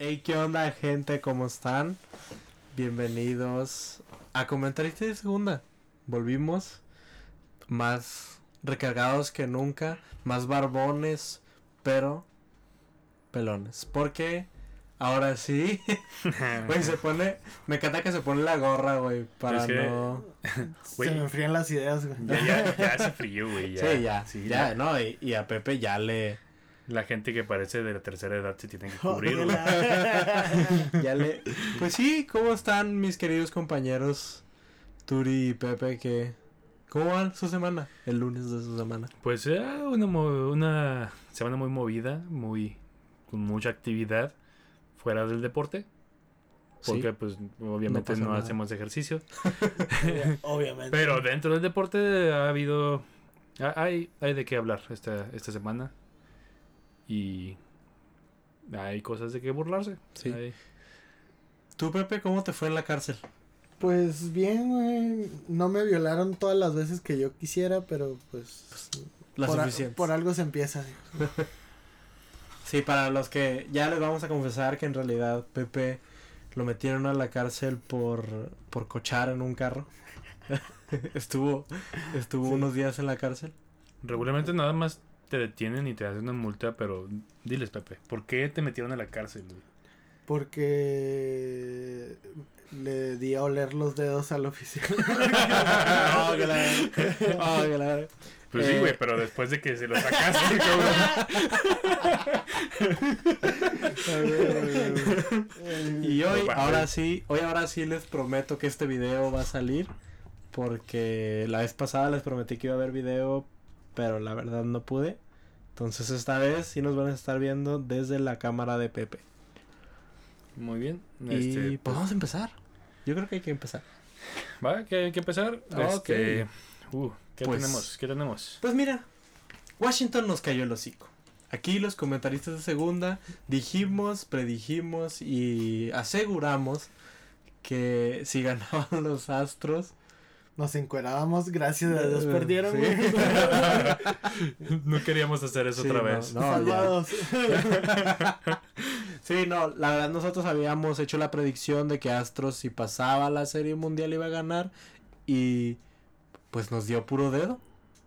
Hey, ¿qué onda, gente? ¿Cómo están? Bienvenidos a Comentaristas de Segunda. Volvimos más recargados que nunca, más barbones, pero pelones. Porque ahora sí, güey, me encanta que se pone la gorra, güey, para no... Se me enfrían las ideas, güey. Ya se frío, güey. Sí, ya, no, y a Pepe ya le... La gente que parece de la tercera edad se tiene que cubrir, güey. Pues sí, ¿cómo están mis queridos compañeros Turi y Pepe? ¿Cómo va su semana? El lunes de su semana. Pues era una semana muy movida, con mucha actividad fuera del deporte. Porque Sí, pues obviamente no nada. hacemos ejercicio. Obviamente. Pero dentro del deporte ha habido... Hay de qué hablar esta semana. Y hay cosas de qué burlarse. Sí. Hay... ¿Tú, Pepe, cómo te fue en la cárcel? Pues bien, güey. No me violaron todas las veces que yo quisiera, pero pues... Las suficientes. Por algo se empieza. Sí, para los que ya les vamos a confesar que en realidad Pepe lo metieron a la cárcel por cochar en un carro. estuvo Sí. unos días en la cárcel. Regularmente nada más te detienen y te hacen una multa, pero diles, Pepe, ¿por qué te metieron a la cárcel, güey? Porque le di a oler los dedos al oficial. Oh, que la... Pues sí, güey, pero después de que se lo sacaste, cabrón. Y hoy ahora sí les prometo que este video va a salir, porque la vez pasada les prometí que iba a haber video, pero la verdad no pude. Entonces esta vez sí nos van a estar viendo desde la cámara de Pepe. Muy bien. Y pues vamos a empezar. Yo creo que hay que empezar. Va, que hay que empezar. Ok. ¿Qué Pues- tenemos? Pues mira, Washington nos cayó el hocico. Aquí los comentaristas de segunda predijimos y aseguramos que si ganaban los Astros... Nos encuerábamos, gracias a Dios perdieron, Sí. güey. No queríamos hacer eso Sí, otra no, vez. no. Salvados. Sí, no, la verdad nosotros habíamos hecho la predicción de que Astros, si pasaba la Serie Mundial, iba a ganar, y pues nos dio puro dedo.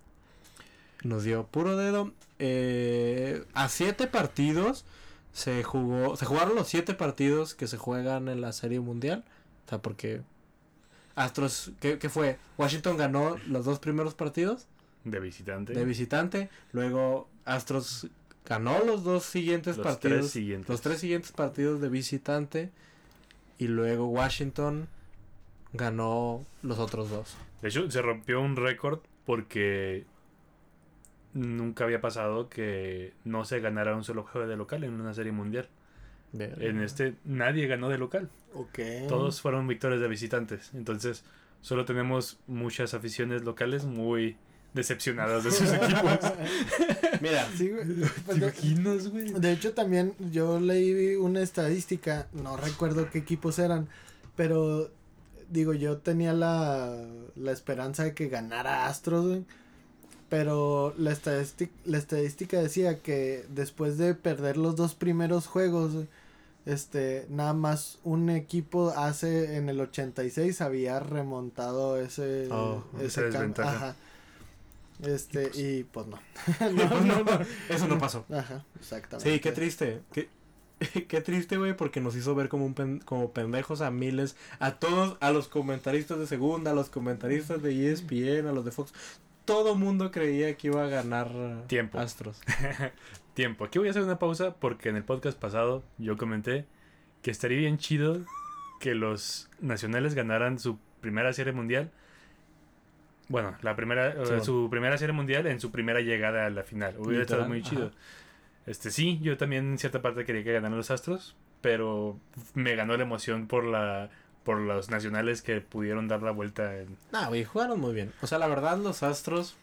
A 7 partidos se jugaron los 7 partidos que se juegan en la Serie Mundial. O sea, porque Astros, ¿qué fue? Washington ganó los 2 primeros partidos De visitante. de visitante, luego Astros ganó los 2 siguientes Los partidos, 3 siguientes. los 3 siguientes partidos de visitante, y luego Washington ganó los otros 2. De hecho, se rompió un récord porque nunca había pasado que no se ganara un solo juego de local en una serie mundial. En este nadie ganó de local. Ok. Todos fueron victorias de visitantes. Entonces, solo tenemos muchas aficiones locales muy decepcionadas de sus equipos. Mira, Sí, güey. ¿Te imaginas, güey? De hecho, también yo leí una estadística, no recuerdo qué equipos eran, pero digo, yo tenía la esperanza de que ganara Astros, güey, pero la estadística decía que después de perder los 2 primeros juegos, güey, nada más un equipo en el 86 había remontado esa desventaja. Ajá. Y pues no. no, eso no pasó. Ajá, exactamente. Sí, qué triste. Qué triste, güey, porque nos hizo ver como como pendejos a miles, a todos, a los comentaristas de segunda, a los comentaristas de ESPN, a los de Fox. Todo mundo creía que iba a ganar Tiempo. Astros. Tiempo. Aquí voy a hacer una pausa porque en el podcast pasado yo comenté que estaría bien chido que los nacionales ganaran su primera serie mundial. Bueno, su primera serie mundial en su primera llegada a la final. Hubiera estado muy chido. Ajá. Sí, yo también en cierta parte quería que ganaran los Astros, pero me ganó la emoción por los nacionales que pudieron dar la vuelta en... Nah, güey, jugaron muy bien. O sea, la verdad, los Astros...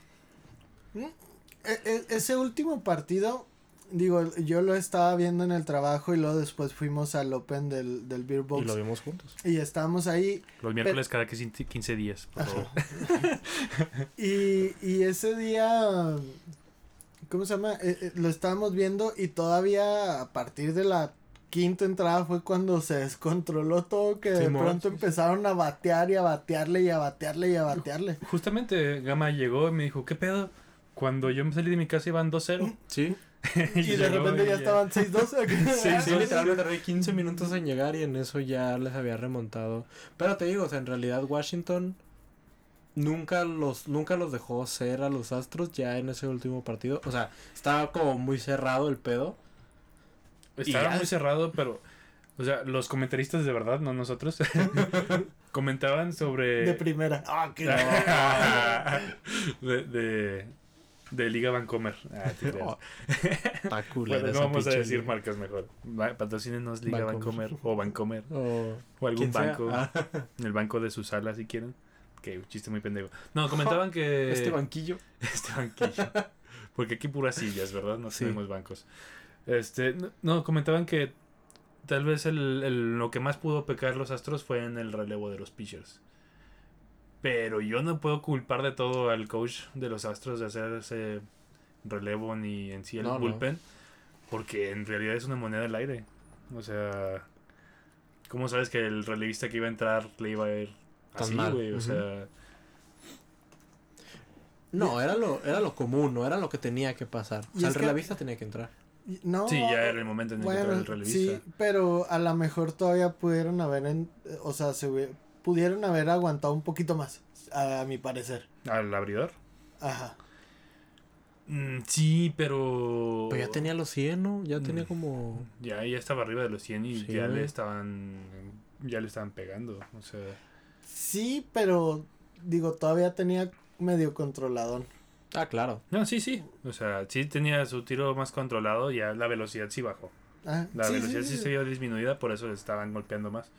Ese último partido, digo, yo lo estaba viendo en el trabajo y luego después fuimos al Open del Beer Box. Y lo vimos juntos. Y estábamos ahí. Los miércoles cada 15 días, por favor. Y ese día, ¿cómo se llama? Lo estábamos viendo y todavía a partir de la quinta entrada fue cuando se descontroló todo, que de Simón, pronto sí. empezaron a batear y a batearle y a batearle y a batearle. Justamente Gama llegó y me dijo, ¿qué pedo? Cuando yo me salí de mi casa iban 2-0. Sí. Y de llegó repente y ya estaban 6-2. Sí, literalmente tardé 15 minutos en llegar y en eso ya les había remontado. Pero te digo, o sea, en realidad Washington nunca los dejó ser a los Astros ya en ese último partido. O sea, estaba como muy cerrado el pedo. Estaba Y ya. muy cerrado, pero... O sea, los comentaristas de verdad, no nosotros, comentaban sobre... De primera. de Liga Vancomer. Te creas. Está culera Bueno, no esa vamos a pinche decir liga. marcas mejor. Patrocínenos Liga Vancomer. Vancomer o Vancomer O o algún quien sea. banco. Ah, El banco de su sala, si quieren. Que un chiste muy pendejo. No, comentaban que... este banquillo. Este banquillo. Porque aquí puras sillas, ¿verdad? No Sí. tenemos bancos. No, comentaban que tal vez lo que más pudo pecar los Astros fue en el relevo de los pitchers. Pero yo no puedo culpar de todo al coach de los Astros de hacer ese relevo ni en sí el No, no. bullpen. Porque en realidad es una moneda al aire. O sea, ¿cómo sabes que el relevista que iba a entrar le iba a ir Tan así, mal. güey? O Ujú. sea, No, era lo común, no era lo que tenía que pasar. O Y sea, es el que- relevista tenía que entrar. No, sí, ya era el momento en el que entraba el relevista. sí, pero a lo mejor todavía pudieron haber, o sea, pudieron haber aguantado un poquito más, a mi parecer. ¿Al abridor? Ajá. Sí, pero... Pues ya tenía los 100, ¿no? Ya tenía Mm. como... Ya estaba arriba de los 100 y Sí, ya güey. le estaban pegando. O sea, Sí, pero digo, todavía tenía medio controladón. Ah, claro. no, sí. O sea, sí tenía su tiro más controlado, ya la velocidad sí bajó. Ah, La sí, velocidad sí, sí se vio disminuida, por eso le estaban golpeando más.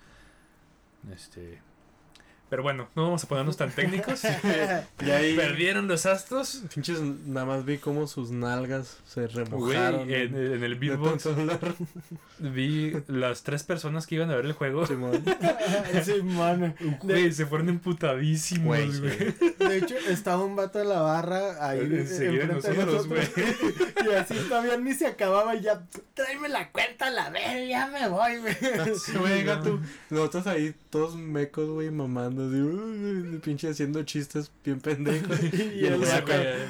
Pero bueno, no vamos a ponernos tan técnicos. Y ahí... Perdieron los Astros. Pinches, nada más vi cómo sus nalgas se Güey, remojaron. en el de beatbox tanto hablar. vi las 3 personas que iban a ver el juego. Simón. Sí, mano. Güey, se fueron emputadísimos, Güey, güey. sí. De hecho, estaba un vato en la barra ahí Enseguida enfrente de nosotros, nosotros. Y así todavía ni se acababa y ya, tráeme la cuenta a la vez, ya me voy, güey. Güey, gato. Nosotros ahí todos mecos, güey, mamando así, pinche haciendo chistes bien pendejos. Y el el güey Ese acá, güey,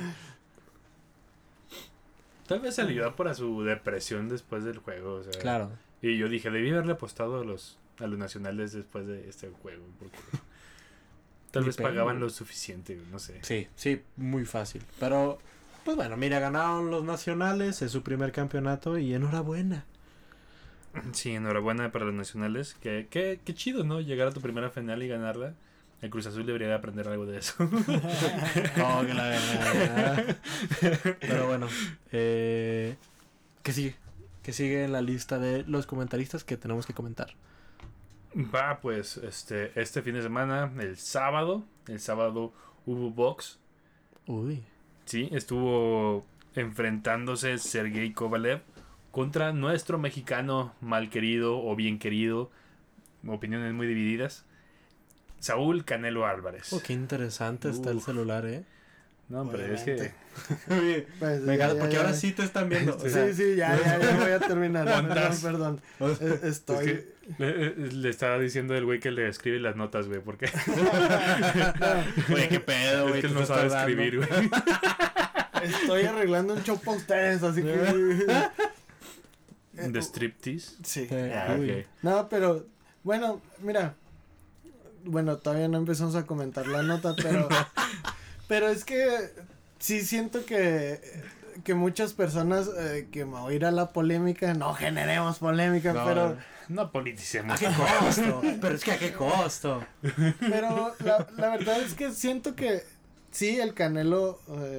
tal vez se ayudó por a su depresión después del juego. O sea, Claro. Y yo dije, debí haberle apostado a los nacionales después de este juego. Porque tal Ni vez pedo, pagaban güey. lo suficiente, no sé. Sí, muy fácil. Pero, pues bueno, mira, ganaron los nacionales, es su primer campeonato y enhorabuena. Sí, enhorabuena para los nacionales. Qué chido, ¿no? Llegar a tu primera final y ganarla. El Cruz Azul debería de aprender algo de eso. Oh, que la verdad. Pero bueno, ¿qué sigue? ¿Qué sigue en la lista de los comentaristas que tenemos que comentar? Va, pues, este fin de semana, el sábado hubo box. Uy. Sí, estuvo enfrentándose Sergey Kovalev contra nuestro mexicano mal querido o bien querido, opiniones muy divididas, Saúl Canelo Álvarez. Oh, qué interesante está el Uf. celular, ¿eh? No, pero es Obviamente. que... Oye, Pues, me encanta, ya, porque ya, ahora ya. sí te están viendo. o Sí, sea, sí, ya voy a terminar. Ondas. Perdón. Estoy... Es que le estaba diciendo el güey que le escribe las notas, güey, porque Oye, qué pedo, güey. es que él te no sabe estás dando. escribir, güey. Estoy arreglando un show para ustedes, así que... ¿De striptease? Sí. Ah, Uy. ok. No, pero... Bueno, mira. Bueno, todavía no empezamos a comentar la nota, pero... Pero es que... Sí siento que muchas personas que me voy a ir a la polémica, no generemos polémica, No, pero... No politicemos. ¿A qué costo? Pero es que ¿a qué costo? Pero la verdad es que siento que sí, el Canelo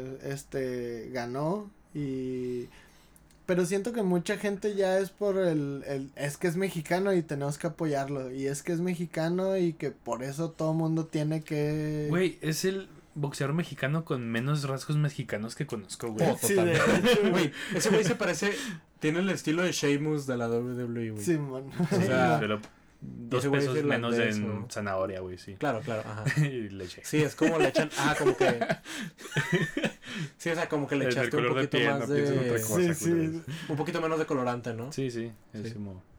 ganó pero siento que mucha gente ya es por es que es mexicano y tenemos que apoyarlo, y es que es mexicano y que por eso todo mundo tiene que... Güey, es el boxeador mexicano con menos rasgos mexicanos que conozco, güey. Oh, Sí, de totalmente. hecho, Güey, ese güey se parece... Tiene el estilo de Sheamus de la WWE, güey. sí, man. O sea, Pero 2 ese güey es pesos menos irlandés, en o- zanahoria, güey, sí. Claro, ajá. Y leche. Sí, es como le echan... Ah, como que... Sí, o sea, como que le Es del echaste un color de poquito piel, más no piensen en otra de... cosa. Sí, sí. culeros. Un poquito menos de colorante, ¿no? Sí, es Sí. como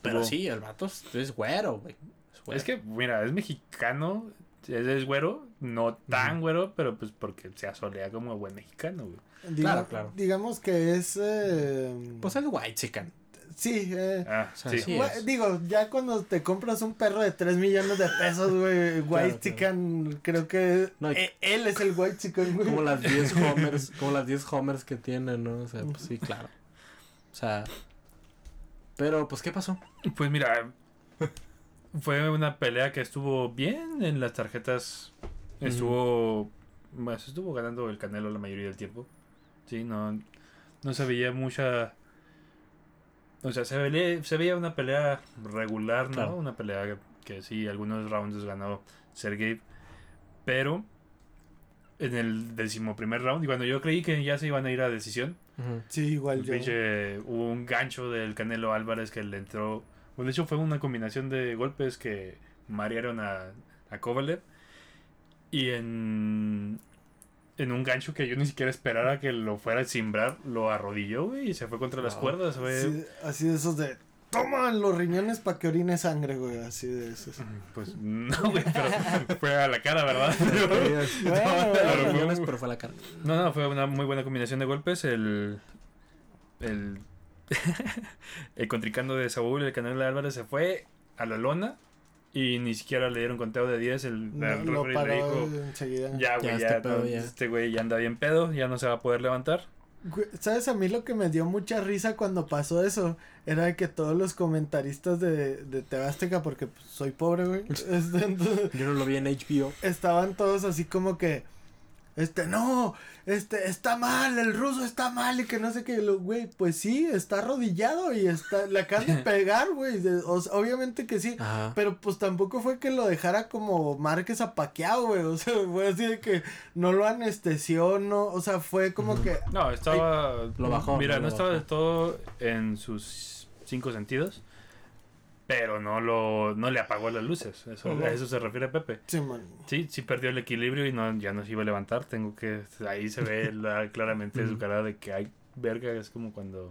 Pero Tuvo- sí, el vato es güero, güey. Es que, mira, es mexicano, es güero, no tan güero, pero pues porque se asolea como buen mexicano, güey. Claro. Digamos que es... Pues es white chicken. sí, Ah, O sea, sí. sí. es. digo, ya cuando te compras un perro de 3 millones de pesos, güey, White Chicken, creo que No, y- él es el White Chicken, güey. Como las 10 homers que tienen, ¿no? O sea, pues sí, claro. O sea, pero pues ¿qué pasó? Pues mira, fue una pelea que estuvo bien en las tarjetas. Estuvo ganando el Canelo la mayoría del tiempo. Sí, no se veía mucha... O sea, se veía una pelea regular, ¿no? Claro. Una pelea que sí, algunos rounds ganó Sergey. Pero en el 11º round, y cuando yo creí que ya se iban a ir a decisión, Sí, igual yo. hubo un gancho del Canelo Álvarez que le entró. Bueno, de hecho, fue una combinación de golpes que marearon a Kovalev. Y en un gancho que yo ni siquiera esperara que lo fuera a cimbrar, lo arrodilló, güey, y se fue contra las Wow. cuerdas, güey. Sí, así de esos de... Toman los riñones para que orine sangre, güey, así de esos. Pues no, güey, pero fue a la cara, ¿verdad? Bueno, Millones, pero fue la cara. No, fue una muy buena combinación de golpes. El contrincante de Saúl, el Canelo Álvarez, se fue a la lona y ni siquiera le dieron conteo de 10. El lo referee le paró dijo, enseguida. ya, güey, Ya, este güey ya anda bien pedo, ya no se va a poder levantar. Güey, ¿sabes? A mí lo que me dio mucha risa cuando pasó eso era de que todos los comentaristas de TV Azteca, porque pues, soy pobre, güey, entonces, Yo no lo vi en HBO. estaban todos así como que, no, está mal, el ruso está mal y que no sé qué, güey, pues sí, está arrodillado y le acaban de pegar, güey, obviamente que sí, Ajá. pero pues tampoco fue que lo dejara como Márquez a Pacquiao, güey, o sea, fue así de que no lo anestesió, no, o sea, fue como que, No, estaba... Lo bajó. Mira, lo no estaba bajó. del todo en sus 5 sentidos, pero no le apagó las luces. A eso se refiere Pepe. sí, man. Sí perdió el equilibrio y ya no se iba a levantar. Ahí se ve claramente su cara de que hay verga, es como cuando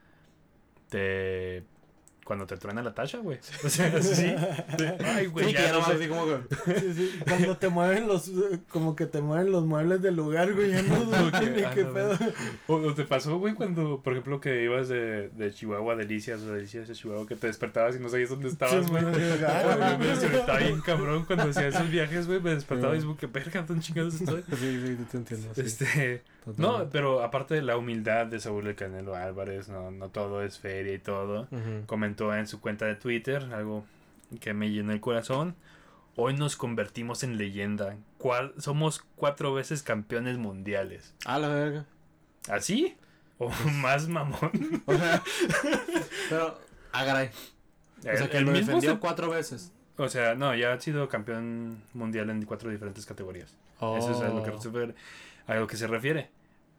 te truena la tacha, güey. O sea, sí. Ay, güey, Sí, que ya ya no no sé. así como que... Sí, sí, cuando te mueven como que te mueven los muebles del lugar, güey, ya no sé ni qué pedo. O te pasó, güey, cuando, por ejemplo, que ibas de Chihuahua a Delicias o Delicias a Chihuahua, que te despertabas y no sabías dónde estabas, Sí, güey. man. Güey, me despertaba bien cabrón cuando hacía esos viajes, güey, me despertaba y digo, qué verga, tan chingados estoy. Sí, te entiendo. Sí. No, Totalmente. pero aparte de la humildad de Saúl el Canelo Álvarez, no todo es feria y todo. Ujú. Comentó en su cuenta de Twitter algo que me llenó el corazón. Hoy nos convertimos en leyenda. Somos 4 veces campeones mundiales. Ah, la verga. ¿Así? ¿O más mamón? O sea, pero, caray. O sea, que lo mismo defendió 4 veces. O sea, no, ya ha sido campeón mundial en 4 diferentes categorías. Eso es a lo que se refiere.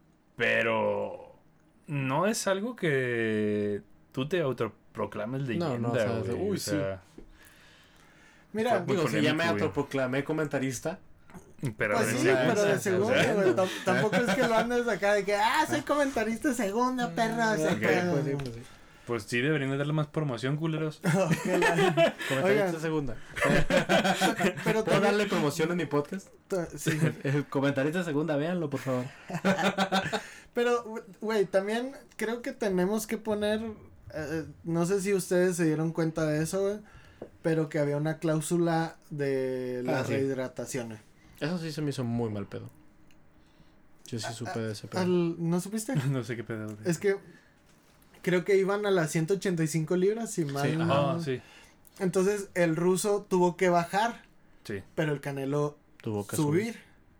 Pero no es algo que tú te autoproclames leyenda, No, o sea, güey. uy, O sea, Mira, Muy Digo, si ya me polémico, güey. autoproclamé comentarista. pero pues en sí, serio, pero o de sea, segundo, o sea, güey, tampoco es que lo andes acá de que, soy comentarista de segunda, perra, o sea, Ok, que- Pues sí, pues sí. pues sí, deberían de darle más promoción, culeros. Ok, Comentarista Oigan. segunda. pero ¿Puedo también, darle promoción en mi podcast? sí, El comentarista segunda, véanlo, por favor. pero, güey, también creo que tenemos que poner, no sé si ustedes se dieron cuenta de eso, güey, pero que había una cláusula de la Sí. rehidratación, güey. Eso sí se me hizo muy mal pedo. Yo sí supe de ese pedo. ¿No supiste? No sé qué pedo. güey. Es que creo que iban a las 185 libras, si mal Sí, no- Ah, sí, Entonces el ruso tuvo que bajar, sí. pero el Canelo Tuvo que subir.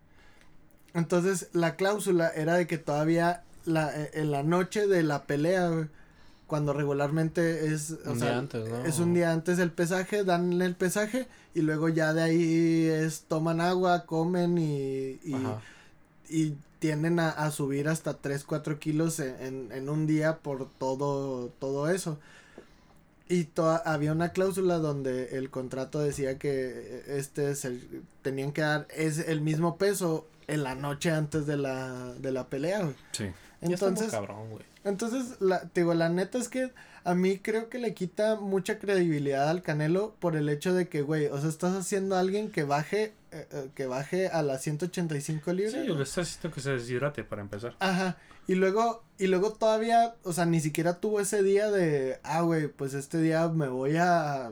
Entonces la cláusula era de que todavía en la noche de la pelea, güey, cuando regularmente es, o Un sea, día antes, ¿no? es un día antes del pesaje, dan el pesaje y luego ya de ahí toman agua, comen Ajá. y tienden a subir hasta 3-4 kilos en un día por todo eso. Y había una cláusula donde el contrato decía que tenían que dar el mismo peso en la noche antes de la pelea, güey. Sí. Ya está muy Entonces, cabrón, güey. entonces la neta es que a mí creo que le quita mucha credibilidad al Canelo por el hecho de que, güey, o sea, estás haciendo a alguien que baje a las 185 libras. Sí, le estás haciendo que se deshidrate para empezar. Ajá, y luego todavía, o sea, ni siquiera tuvo ese día de, güey, pues este día me voy a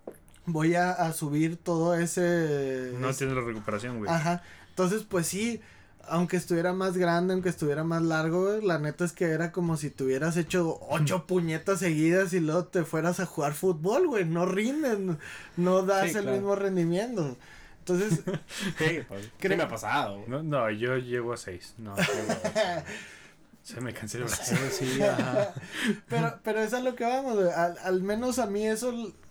subir todo ese... No tiene la recuperación, güey. Ajá, entonces pues sí, aunque estuviera más grande, aunque estuviera más largo, güey, la neta es que era como si tuvieras hecho 8 puñetas seguidas y luego te fueras a jugar fútbol, güey, no rinden, no das Sí, el claro. mismo rendimiento. Entonces, ¿Qué me ha pasado? No, yo llego a 6. No, llego a... Se me cansé el brazo. Sí, ajá. pero es a lo que vamos, güey. Al menos a mí eso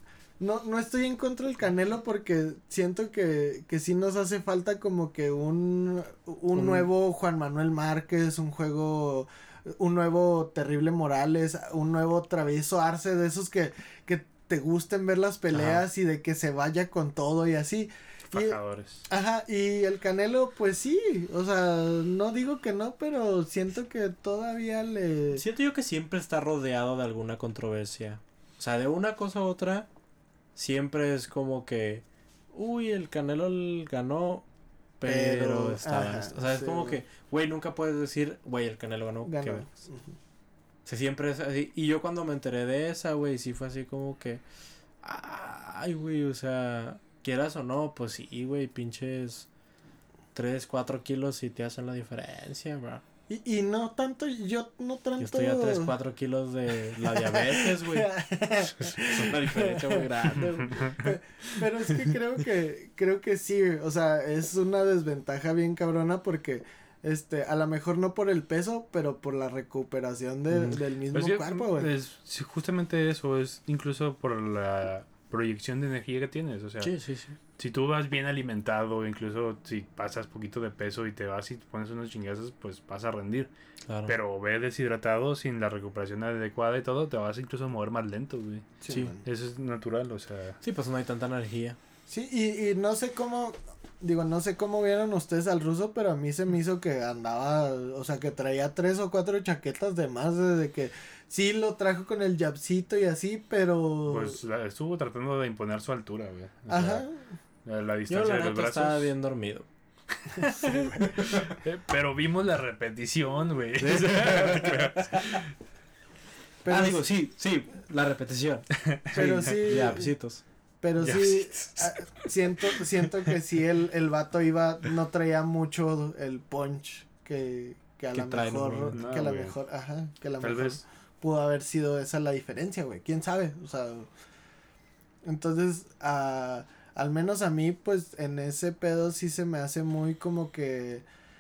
no estoy en contra del Canelo porque siento que sí nos hace falta como que un nuevo Juan Manuel Márquez, un nuevo Terrible Morales, un nuevo Travieso Arce, de esos que te gusten ver las peleas y de que se vaya con todo y así. Fajadores. Y el Canelo, pues sí, o sea, no digo que no, pero siento que todavía le... Siento yo que siempre está rodeado de alguna controversia. O sea, de una cosa u otra, siempre es como que, uy, el Canelo ganó, pero estaba... ajá, o sea, es sí, como güey. que, güey, nunca puedes decir, güey, el Canelo ganó. Ganó. ¿qué ves? O sea, siempre es así. Y yo cuando me enteré de esa, güey, sí fue así como que, ay, güey, o sea... Quieras o no, pues sí, güey, pinches 3, 4 kilos y te hacen la diferencia, bro. Y no tanto, yo no tanto... Yo estoy a 3, 4 kilos de la diabetes, güey. Es una diferencia muy grande, güey. Pero es que creo que sí, o sea, es una desventaja bien cabrona porque... a lo mejor no por el peso, pero por la recuperación del mismo Pues sí, cuerpo, güey. sí, justamente eso, es incluso por la proyección de energía que tienes, o sea, Sí. si tú vas bien alimentado, incluso si pasas poquito de peso y te vas y te pones unos chingazos, pues vas a rendir, Claro. pero ve deshidratado sin la recuperación adecuada y todo, te vas incluso a mover más lento, güey. Sí. Man. Eso es natural, o sea, Sí, pues no hay tanta energía. Sí, y no sé cómo vieron ustedes al ruso, pero a mí se me hizo que andaba, o sea, que traía 3 o 4 chaquetas de más, desde que sí lo trajo con el jabcito y así, pero... pues estuvo tratando de imponer su altura, güey. O Ajá. sea, la Yo distancia la de los neta estaba brazos. bien dormido. Pero vimos la repetición, güey. Pero digo, sí, la repetición. Pero sí, Ya, besitos. pero Ya. sí, siento que sí el vato no traía mucho el punch que a Que lo trae, mejor, no, que a lo güey. mejor, ajá, que a lo Tal mejor vez. pudo haber sido esa la diferencia, güey, quién sabe, o sea, entonces, al menos a mí, pues, en ese pedo sí se me hace muy como que,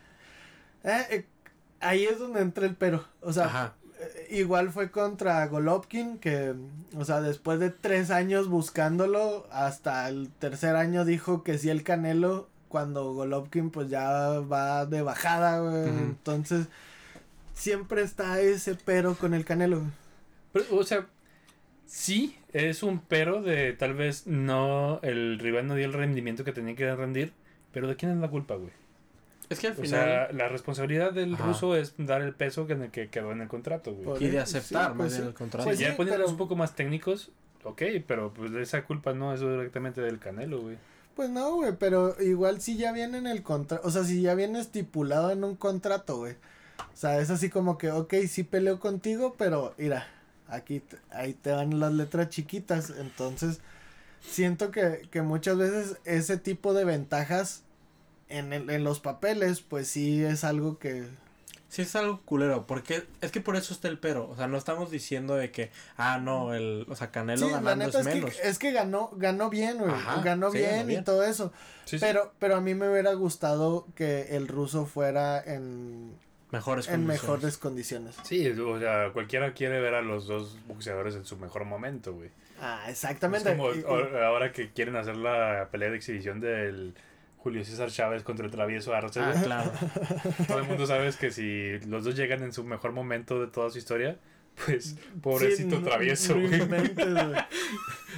ahí es donde entra el pero, o sea, Ajá. igual fue contra Golovkin, que, o sea, después de 3 años buscándolo, hasta el tercer año dijo que sí el Canelo, cuando Golovkin pues ya va de bajada, güey. Ujú. Entonces, siempre está ese pero con el Canelo. Pero, o sea, sí, es un pero de tal vez no, el rival no dio el rendimiento que tenía que rendir, pero ¿de quién es la culpa, güey? Es que al O final... sea, la responsabilidad del Ajá. ruso es dar el peso en el que quedó en el contrato, güey. Por y de eso, aceptar sí, más pues bien sí. el contrato. Pues ya sí, poniéndonos pero- un poco más técnicos, ok, pero pues esa culpa no es directamente del Canelo, güey. Pues no, güey, pero igual si ya viene en el contrato, o sea, si ya viene estipulado en un contrato, güey. O sea, es así como que, ok, sí peleo contigo, pero mira, ahí te van las letras chiquitas. Entonces, siento que muchas veces ese tipo de ventajas en los papeles, pues sí es algo que... Sí, es algo culero, porque es que por eso está el pero. O sea, no estamos diciendo de que, no, o sea, Canelo Sí, la ganando neta es menos. es que ganó bien, güey. Ajá, Ganó sí, bien ganó y bien. todo eso. Sí, Pero a mí me hubiera gustado que el ruso fuera en mejores condiciones. Sí, o sea, cualquiera quiere ver a los dos boxeadores en su mejor momento, güey. Ah, Es exactamente. como ahora que quieren hacer la pelea de exhibición del Julio César Chávez contra el Travieso Arce, güey. Claro. Todo el mundo sabe que si los dos llegan en su mejor momento de toda su historia, pues pobrecito Sí, Travieso, no güey. inventes, güey.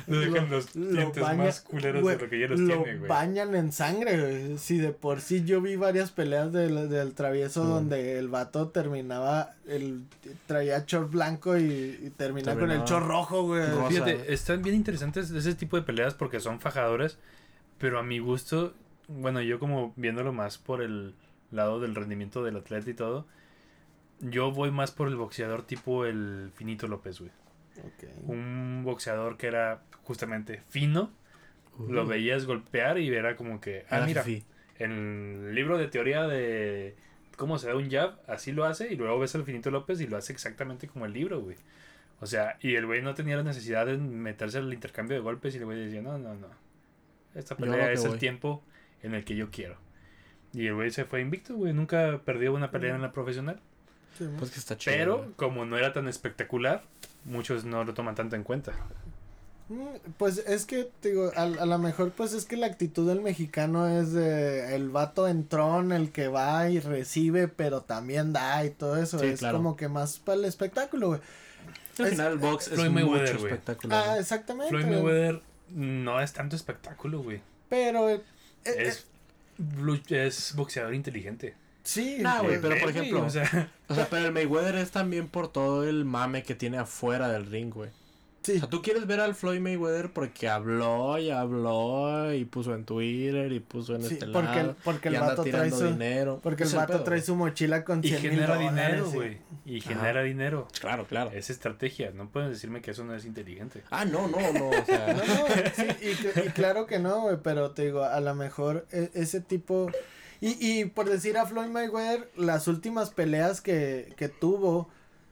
No dejan los dientes más culeros de lo que ya los tiene, güey. Bañan en sangre, güey. Si de por sí yo vi varias peleas del travieso donde el vato terminaba, traía short blanco y terminaba con el short rojo, güey. Rosa. Fíjate, están bien interesantes ese tipo de peleas porque son fajadoras, pero a mi gusto, bueno, yo como viéndolo más por el lado del rendimiento del atleta y todo, yo voy más por el boxeador tipo el Finito López, güey. Okay. Un boxeador que era justamente fino, lo veías golpear y era como que, mira, en el libro de teoría de cómo se da un jab, así lo hace, y luego ves al Finito López y lo hace exactamente como el libro, güey. O sea, y el güey no tenía la necesidad de meterse al intercambio de golpes y el güey decía, no, esta pelea es el tiempo en el que yo quiero. Y el güey se fue invicto, güey, nunca perdió una pelea en la profesional. Sí, pues que está chido. Pero, güey, como no era tan espectacular, muchos no lo toman tanto en cuenta. pues es que, digo, a lo mejor pues es que la actitud del mexicano es de el vato entrón, el que va y recibe, pero también da y todo eso. Sí, es claro. como que más para el espectáculo, güey. al final el box es Floyd mucho Mayweather, güey. espectáculo. Ah, exactamente. Floyd Mayweather no es tanto espectáculo, güey. Pero Es boxeador inteligente. sí, Nah, güey, pero por Güey, ejemplo, o sea, pero el Mayweather es también por todo el mame que tiene afuera del ring, güey. sí. O sea, tú quieres ver al Floyd Mayweather porque habló y puso en Twitter y puso en Sí, este porque lado porque y el anda vato trae tirando su dinero. porque el Es el vato pedo, trae güey. su mochila con y 100,000 genera dólares, dinero, sí. güey. Y Ajá. genera dinero. Claro, claro. Es estrategia. No puedes decirme que eso no es inteligente. Ah, no, o sea, No, sí, y claro que no, güey, pero te digo, a lo mejor ese tipo... Y por decir a Floyd Mayweather, las últimas peleas que tuvo,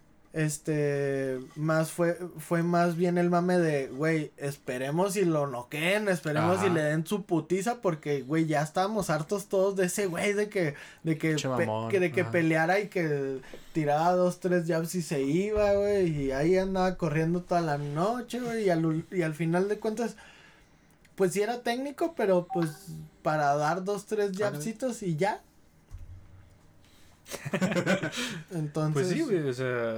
más fue más bien el mame de, güey, esperemos y lo noqueen, esperemos Ajá. y le den su putiza, porque, güey, ya estábamos hartos todos de ese güey, de que Che mamón, ajá. peleara y que tiraba 2, 3 jabs y se iba, güey, y ahí andaba corriendo toda la noche, güey, y al final de cuentas, pues sí era técnico, pero pues para dar 2, 3 jabcitos y ya. Entonces, Pues sí, güey, o sea...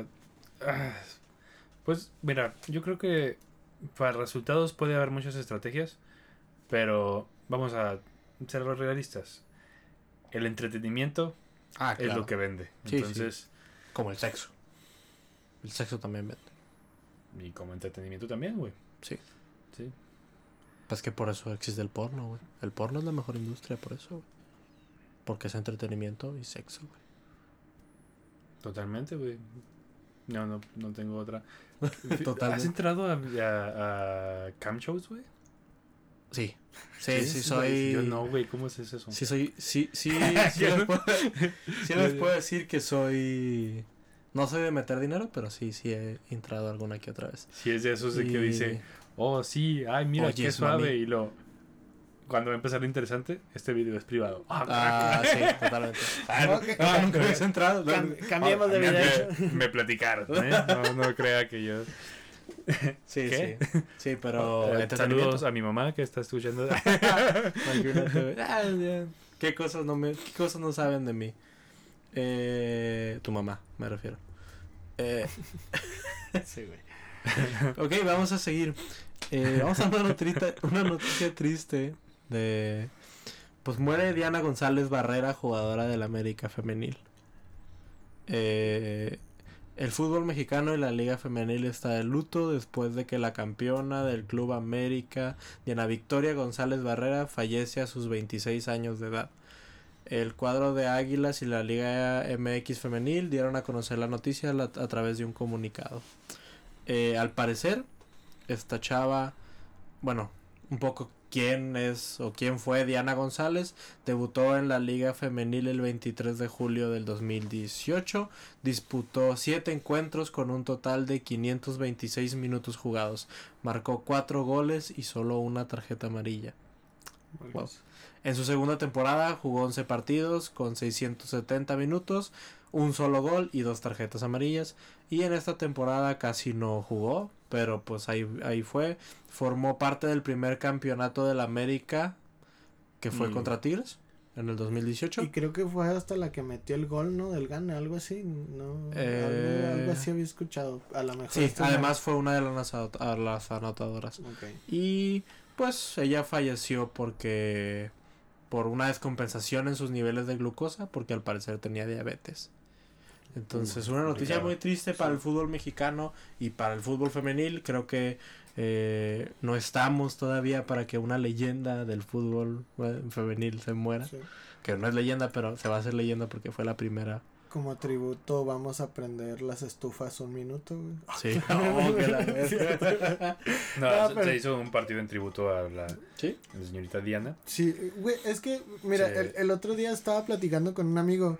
pues mira, yo creo que para resultados puede haber muchas estrategias, pero vamos a ser realistas. El entretenimiento es claro. lo que vende. Sí, Entonces, Como el sexo. El sexo también vende. y como entretenimiento también, güey. Sí. Sí. Pues que por eso existe el porno, güey. El porno es la mejor industria por eso, güey. Porque es entretenimiento y sexo, güey. Totalmente, güey. No tengo otra. Totalmente. ¿Has entrado a cam shows, güey? Sí, Sí, soy... Yo no, güey. ¿Cómo es eso? Sí, sí les puedo decir que soy... No soy de meter dinero, pero sí he entrado alguna que otra vez. Sí, es de esos de que Y- dice, oh, sí, ay, mira, Oye, qué suave. mami. Y cuando va a empezar lo interesante, este video es privado. Sí, totalmente. Ok. Nunca habías entrado. Cambiemos de video. Me platicaron, ¿eh? No crea que yo... Sí, ¿Qué? sí, pero saludos a mi mamá que está escuchando. Imagínate, ya. ¿Qué cosas no saben de mí? Tu mamá, me refiero. Sí, güey. Ok, vamos a seguir. Vamos a una noticia triste de... Pues muere Diana González Barrera, jugadora del América Femenil. El fútbol mexicano y la Liga Femenil está de luto después de que la campeona del Club América, Diana Victoria González Barrera, fallece a sus 26 años de edad. El cuadro de Águilas y la Liga MX Femenil dieron a conocer la noticia a través de un comunicado. Al parecer, esta chava, bueno, un poco quién es o quién fue Diana González, debutó en la Liga Femenil el 23 de julio del 2018, disputó 7 encuentros con un total de 526 minutos jugados, marcó 4 goles y solo una tarjeta amarilla. Wow. En su segunda temporada jugó 11 partidos con 670 minutos, un solo gol y 2 tarjetas amarillas. Y en esta temporada casi no jugó, pero pues ahí fue. Formó parte del primer campeonato del América, que fue contra Tigres, en el 2018. Y creo que fue hasta la que metió el gol, ¿no? Del Gane, algo así, ¿no? Algo así había escuchado, a lo mejor. Sí, además fue una de las anotadoras. Okay. Y pues ella falleció por una descompensación en sus niveles de glucosa, porque al parecer tenía diabetes. Entonces, una noticia muy triste para el fútbol mexicano y para el fútbol femenil. Creo que no estamos todavía para que una leyenda del fútbol femenil se muera. Sí. Que no es leyenda, pero se va a hacer leyenda porque fue la primera. Como tributo vamos a prender las estufas un minuto, güey. Sí. Se hizo un partido en tributo a la señorita Diana. Sí, güey, es que, mira, el otro día estaba platicando con un amigo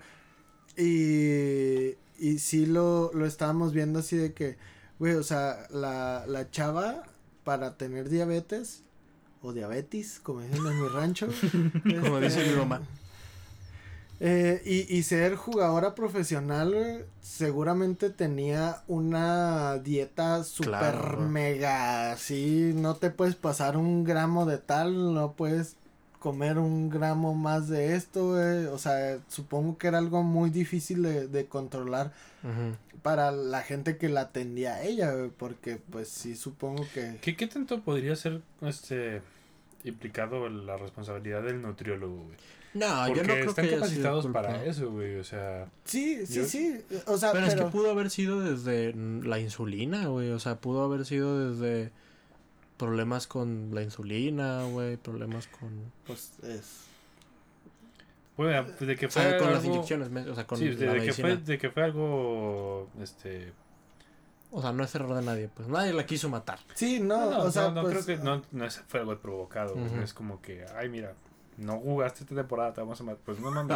y sí lo estábamos viendo así de que, güey, o sea, la chava para tener diabetes o diabetes, como dicen en mi rancho. Como dice mi mamá. Y ser jugadora profesional, güey, seguramente tenía una dieta super mega, así, no te puedes pasar un gramo de tal, no puedes comer un gramo más de esto, güey. O sea, supongo que era algo muy difícil de controlar para la gente que la atendía a ella, güey, porque pues sí, supongo que... ¿Qué tanto podría ser implicado la responsabilidad del nutriólogo, güey? No, porque yo no creo están que capacitados para eso, güey, o sea... Sí, o sea, pero es que pudo haber sido desde la insulina, güey, o sea, pudo haber sido desde problemas con la insulina, güey, problemas con... Pues es... Bueno, de que fue con algo... las inyecciones, o sea, con sí, la medicina. De que fue algo, O sea, no es error de nadie, pues nadie la quiso matar. Sí, no, pues, creo que no fue algo provocado, es como que, ay, mira... No jugaste esta temporada, te vamos a matar. Pues no mames.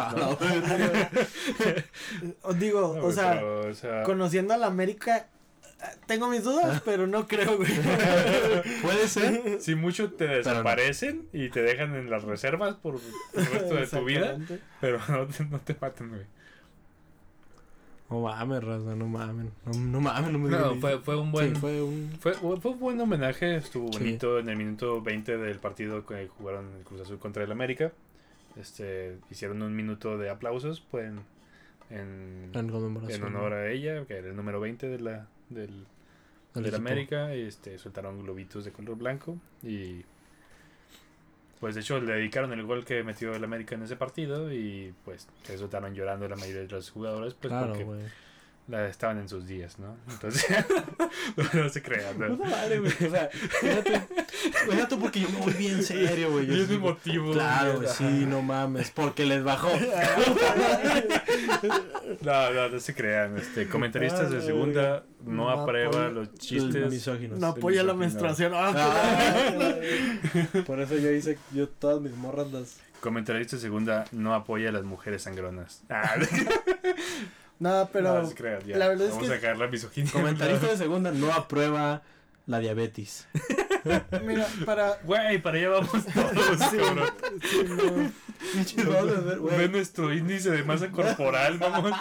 Digo, no, o sea, conociendo a la América, tengo mis dudas, pero no creo, güey. Puede ser. Si mucho te desaparecen y te dejan en las reservas por el resto de tu vida, pero no te maten, güey. No mames, raza, no mames. No mames, no me No, fue un buen... Sí, fue un buen homenaje, estuvo bonito en el minuto 20 del partido que jugaron el Cruz Azul contra el América. Hicieron un minuto de aplausos, pues, en honor a ella, que era el número 20 del América. Soltaron globitos de color blanco y... Pues de hecho le dedicaron el gol que metió el América en ese partido y pues se soltaron llorando la mayoría de los jugadores pues claro, porque estaban en sus días, ¿no? Entonces no se crean, ¿no? Vale, güey. O sea, fíjate porque yo me voy bien serio, güey. Y es mi motivo. Claro, güey, sí, no mames, porque les bajó. No se crean. Comentaristas de segunda no aprueba los chistes misóginos. No apoya la menstruación. Por eso yo todas mis morras las... Comentarista de segunda no apoya a las mujeres sangronas. No, pero la verdad vamos a caer la misoginia. Comentarista de segunda no aprueba la diabetes. Mira, para allá vamos todos, cabrón. Ve nuestro índice de masa corporal, vamos.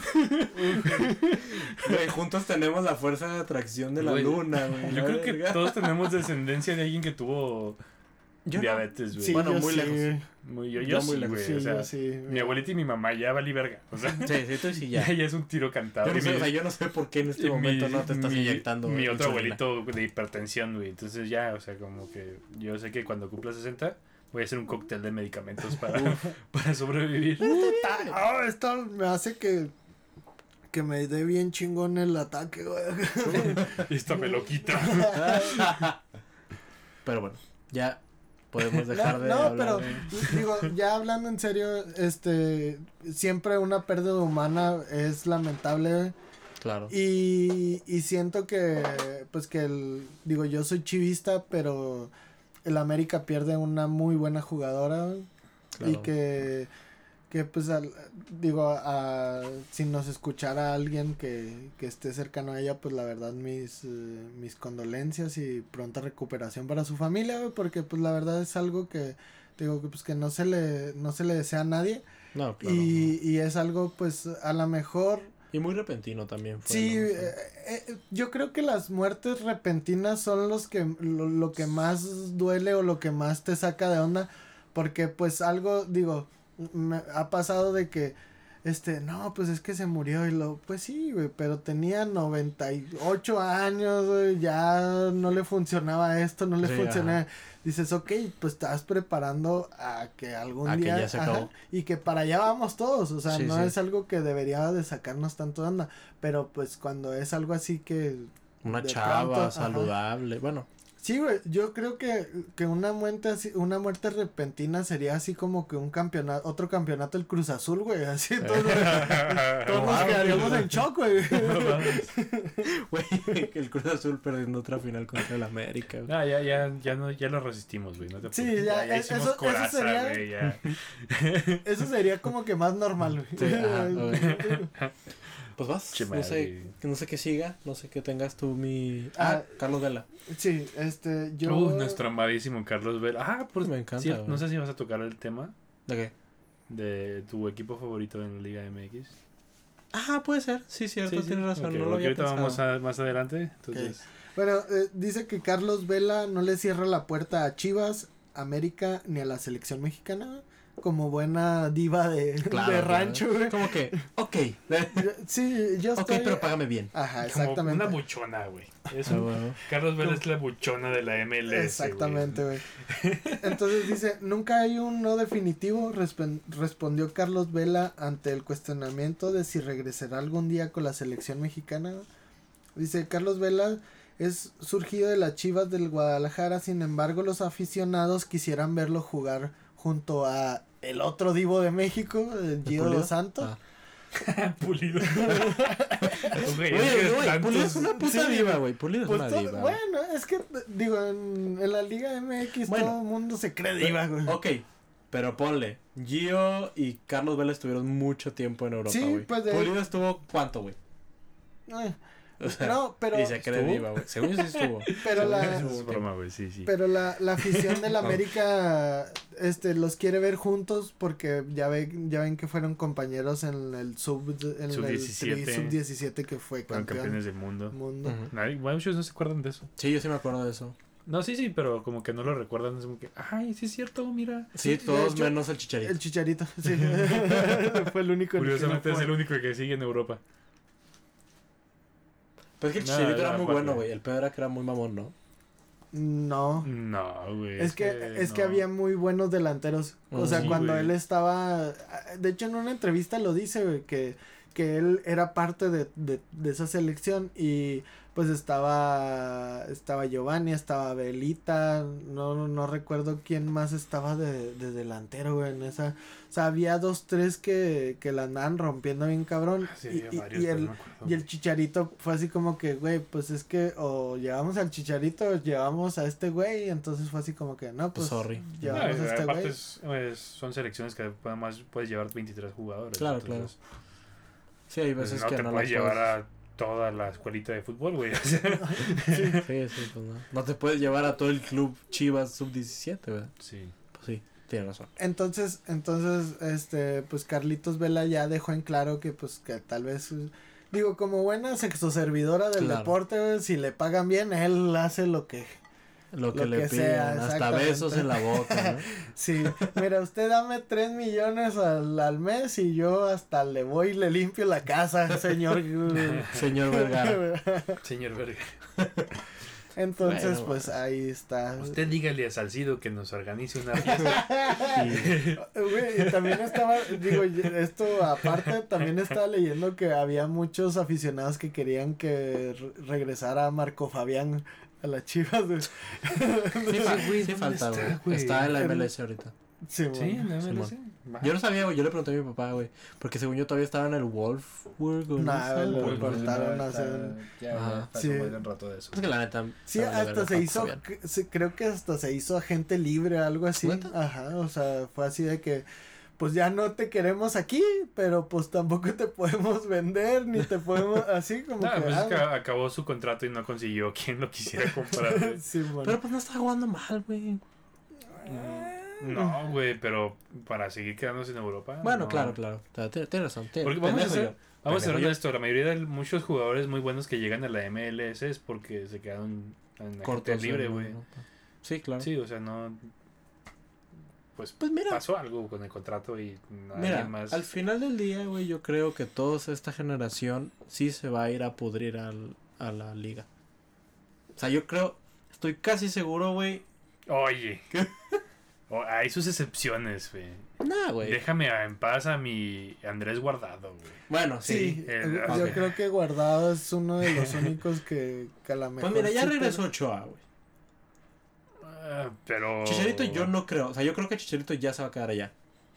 Güey, juntos tenemos la fuerza de atracción de la luna, güey. Yo creo que todos tenemos descendencia de alguien que tuvo diabetes, güey. Sí, bueno, muy sí. lejos. Yo muy lejos, güey. O sea, mi abuelita y mi mamá ya valí verga. O sea, sí, ya. Ya es un tiro cantado. Yo no sé por qué en este momento no te estás inyectando. Mi otro abuelito de hipertensión, güey. Entonces ya, o sea, como que yo sé que cuando cumpla 60 voy a hacer un cóctel de medicamentos para sobrevivir. Esto me hace que me dé bien chingón el ataque, güey. Y esto me lo quita. Pero bueno, ya podemos dejar de hablar. No, pero digo, ya hablando en serio, siempre una pérdida humana es lamentable. Claro. Y siento que, pues digo, yo soy chivista, pero el América pierde una muy buena jugadora. Claro. Y que pues, si nos escuchara alguien que esté cercano a ella, pues la verdad mis condolencias y pronta recuperación para su familia, porque pues la verdad es algo que digo que pues que no se le desea a nadie. No, claro. Y es algo pues a lo mejor y muy repentino también fue. Sí, yo creo que las muertes repentinas son lo que más duele o lo que más te saca de onda, porque pues algo, digo, me ha pasado de que, no, pues es que se murió y pues sí, güey, pero tenía 98 años, güey, ya no le funcionaba esto, no le Sí, funcionaba. ajá. Dices, ok, pues estás preparando a que algún A que día, ya se acabó. y que para allá vamos todos, o sea, Sí, no sí. es algo que debería de sacarnos tanto de onda, pero pues cuando es algo así que Una de chava pronto, ajá. saludable, bueno. Sí, güey, yo creo que una muerte así, una muerte repentina sería así como que un campeonato, otro campeonato del Cruz Azul, güey, así todos nos Wow. quedaríamos en shock, güey. No mames. Güey, que el Cruz Azul perdiendo otra final contra el América, güey. No, ya no, ya lo resistimos, güey. No te Sí, preocupes. ya, ya eso- hicimos eso coraza, sería- güey, ya. Eso sería como que más normal, güey. Sí, ajá, güey. Pues vas, Che no madre. sé, no sé qué siga, no sé qué tengas tú mi... Ah, Carlos Vela. Sí, yo... Nuestro amadísimo Carlos Vela. Ah, por Me encanta, cierto, güey. no sé si vas a tocar el tema ¿De qué? de tu equipo favorito en la Liga MX. Ah, puede ser, sí, cierto, Sí, sí. tienes razón, Ok, no lo porque había ahorita pensado. vamos a más adelante. Entonces, Bueno, dice que Carlos Vela no le cierra la puerta a Chivas, América ni a la selección mexicana, como buena diva de Claro, rancho, güey. Como que, ok, Sí, yo ok, estoy... pero págame bien. Ajá, como exactamente. una buchona, güey. Es Ah, un- bueno. Carlos Vela Como- es la buchona de la MLS. Exactamente, güey. Entonces dice, nunca hay un no definitivo, respondió Carlos Vela ante el cuestionamiento de si regresará algún día con la selección mexicana. Dice, Carlos Vela es surgido de las Chivas del Guadalajara, sin embargo los aficionados quisieran verlo jugar junto a el otro divo de México, Gio ¿Pulido? Dos Santos. Ah. Pulido. Güey, es Oye, que güey, tantos- Pulido es una puta Sí, diva, güey. Pulido es Pues una todo- diva. bueno, es que, digo, en la Liga MX Bueno. todo el mundo se cree diva, güey. Ok, pero ponle. Gio y Carlos Vela estuvieron mucho tiempo en Europa, Sí, güey. pues, de- Pulido estuvo, ¿cuánto, güey? Ay, O sea, no, pero, y se cree ¿estuvo? diva, güey. Según yo sí estuvo. pero Según yo sí la, estuvo Es un broma, güey, sí, sí. pero la afición del América, los quiere ver juntos porque ya ven que fueron compañeros en el Sub-17. sub-17 que fue Fueron campeón campeones del mundo. mundo. Ujú. Nadie, muchos no se acuerdan de eso. Sí, yo sí me acuerdo de eso. No, sí, sí, pero como que no lo recuerdan. Es como que, ay, sí es cierto, mira. Sí, de todos hecho, menos el Chicharito. El Chicharito, sí. Fue el único en el que no Curiosamente es fue. el único que sigue en Europa. Pero es que el Nada, Chicharito era muy aparte. bueno, güey. El peor era que era muy mamón, ¿no? No. No, güey. Es que no. había muy buenos delanteros. O sea, Sí, cuando güey. él estaba... De hecho, en una entrevista lo dice, güey, que él era parte de esa selección y pues estaba Giovanni, estaba Belita, no recuerdo quién más estaba de delantero, güey, en esa... O sea, había 2, 3 que la andaban rompiendo bien cabrón. Sí, y, había y- varios, y pero el, no me acuerdo. y el Chicharito fue así como que, güey, pues es que o llevamos al Chicharito o llevamos a este güey. Entonces fue así como que, no, pues sorry. No, llevamos a este aparte güey. son selecciones que además puedes llevar 23 jugadores. Claro, entonces, Sí, hay pues, veces no que te no puedes la llevar a toda la escuelita de fútbol, güey. Sí, sí, pues no. No te puedes llevar a todo el club Chivas sub-17, ¿verdad? Sí. Pues sí, tienes razón. Entonces, pues Carlitos Vela ya dejó en claro que pues que tal vez, digo, como buena sexoservidora del Claro. deporte, güey, si le pagan bien, él hace lo que... Lo que Lo le que piden, sea, hasta exactamente. besos en la boca, ¿no? Sí, mira, usted dame 3 millones al mes y yo hasta le voy y le limpio la casa, señor. Señor Vergara. Señor Verga. Entonces, Bueno, pues ahí está. Usted dígale a Salcido que nos organice una fiesta. Güey, y también estaba, digo, esto aparte, también estaba leyendo que había muchos aficionados que querían que regresara Marco Fabián a las Chivas. Güey. Sí, güey, sí ¿dónde falta, está, güey. güey? Está en la MLS ahorita. Sí, Sí, bueno. no, Simón. sí. Yo no sabía, güey. Yo le pregunté a mi papá, güey. Porque según yo todavía estaba en el Wolfsburg. ¿o Nah, no sé, lo güey. cortaron hace... Ajá. pasó Sí. un buen rato de eso. Es que la neta. Sí, me vale hasta verga se Paco hizo, Fabián. creo que hasta se hizo agente libre, algo así. ¿Neta? Ajá, o sea, fue así de que, pues ya no te queremos aquí, pero pues tampoco te podemos vender, ni te podemos, así como No, que... pues es que acabó su contrato y no consiguió quien lo quisiera comprar. güey. sí, bueno. Pero pues no está jugando mal, güey. No, güey, pero para seguir quedándose en Europa. Bueno, no. claro, claro. O sea, tienes razón. Porque vamos a pendejo ser, yo. vamos a ser Pendejo yo. honestos, la mayoría de muchos jugadores muy buenos que llegan a la MLS es porque se quedaron en la Cortos, gente libre, ¿no? güey. Sí, claro. Sí, o sea, no. pues mira. pasó algo con el contrato y nadie Mira, más. al final del día, güey, yo creo que toda esta generación sí se va a ir a pudrir a la liga. O sea, yo creo, estoy casi seguro, güey. Oye. Hay sus excepciones, güey. Nah, güey. Déjame en paz a mi Andrés Guardado, güey. Bueno, sí. Sí, yo ok. creo que Guardado es uno de los únicos que a la mejor. Pues mira, ya sí regresó Ochoa, güey. Pero... Chicharito yo no creo. O sea, yo creo que Chicharito ya se va a quedar allá.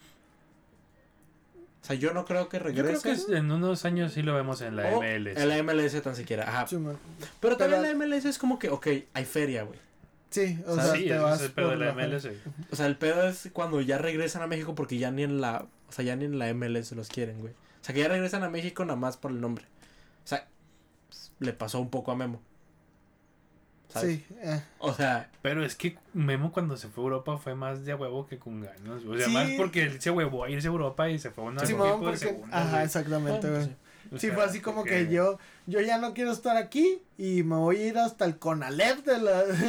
O sea, yo no creo que Yo regrese. creo que en unos años sí lo vemos en la o MLS. en la MLS tan siquiera. Ajá. Sí, man. Pero también Pero- la MLS es como que, ok, hay feria, güey. Sí, o O sea, sea, Sí, te ese vas es el pedo de por la la MLS. O sea, el pedo es cuando ya regresan a México porque ya ni en la... O sea, ya ni en la MLS los quieren, güey. O sea, que ya regresan a México nada más por el nombre. O sea, le pasó un poco a Memo. ¿Sabes? Sí, O sea, Pero es que Memo cuando se fue a Europa fue más de a huevo que con ganas. O sea, Sí. más porque él se huevó a irse a Europa y se fue a un sí, equipo mamá, de porque, segunda. ajá, güey. exactamente, bueno, güey. O Sí, sea, fue así como porque- que yo ya no quiero estar aquí y me voy a ir hasta el Conalep de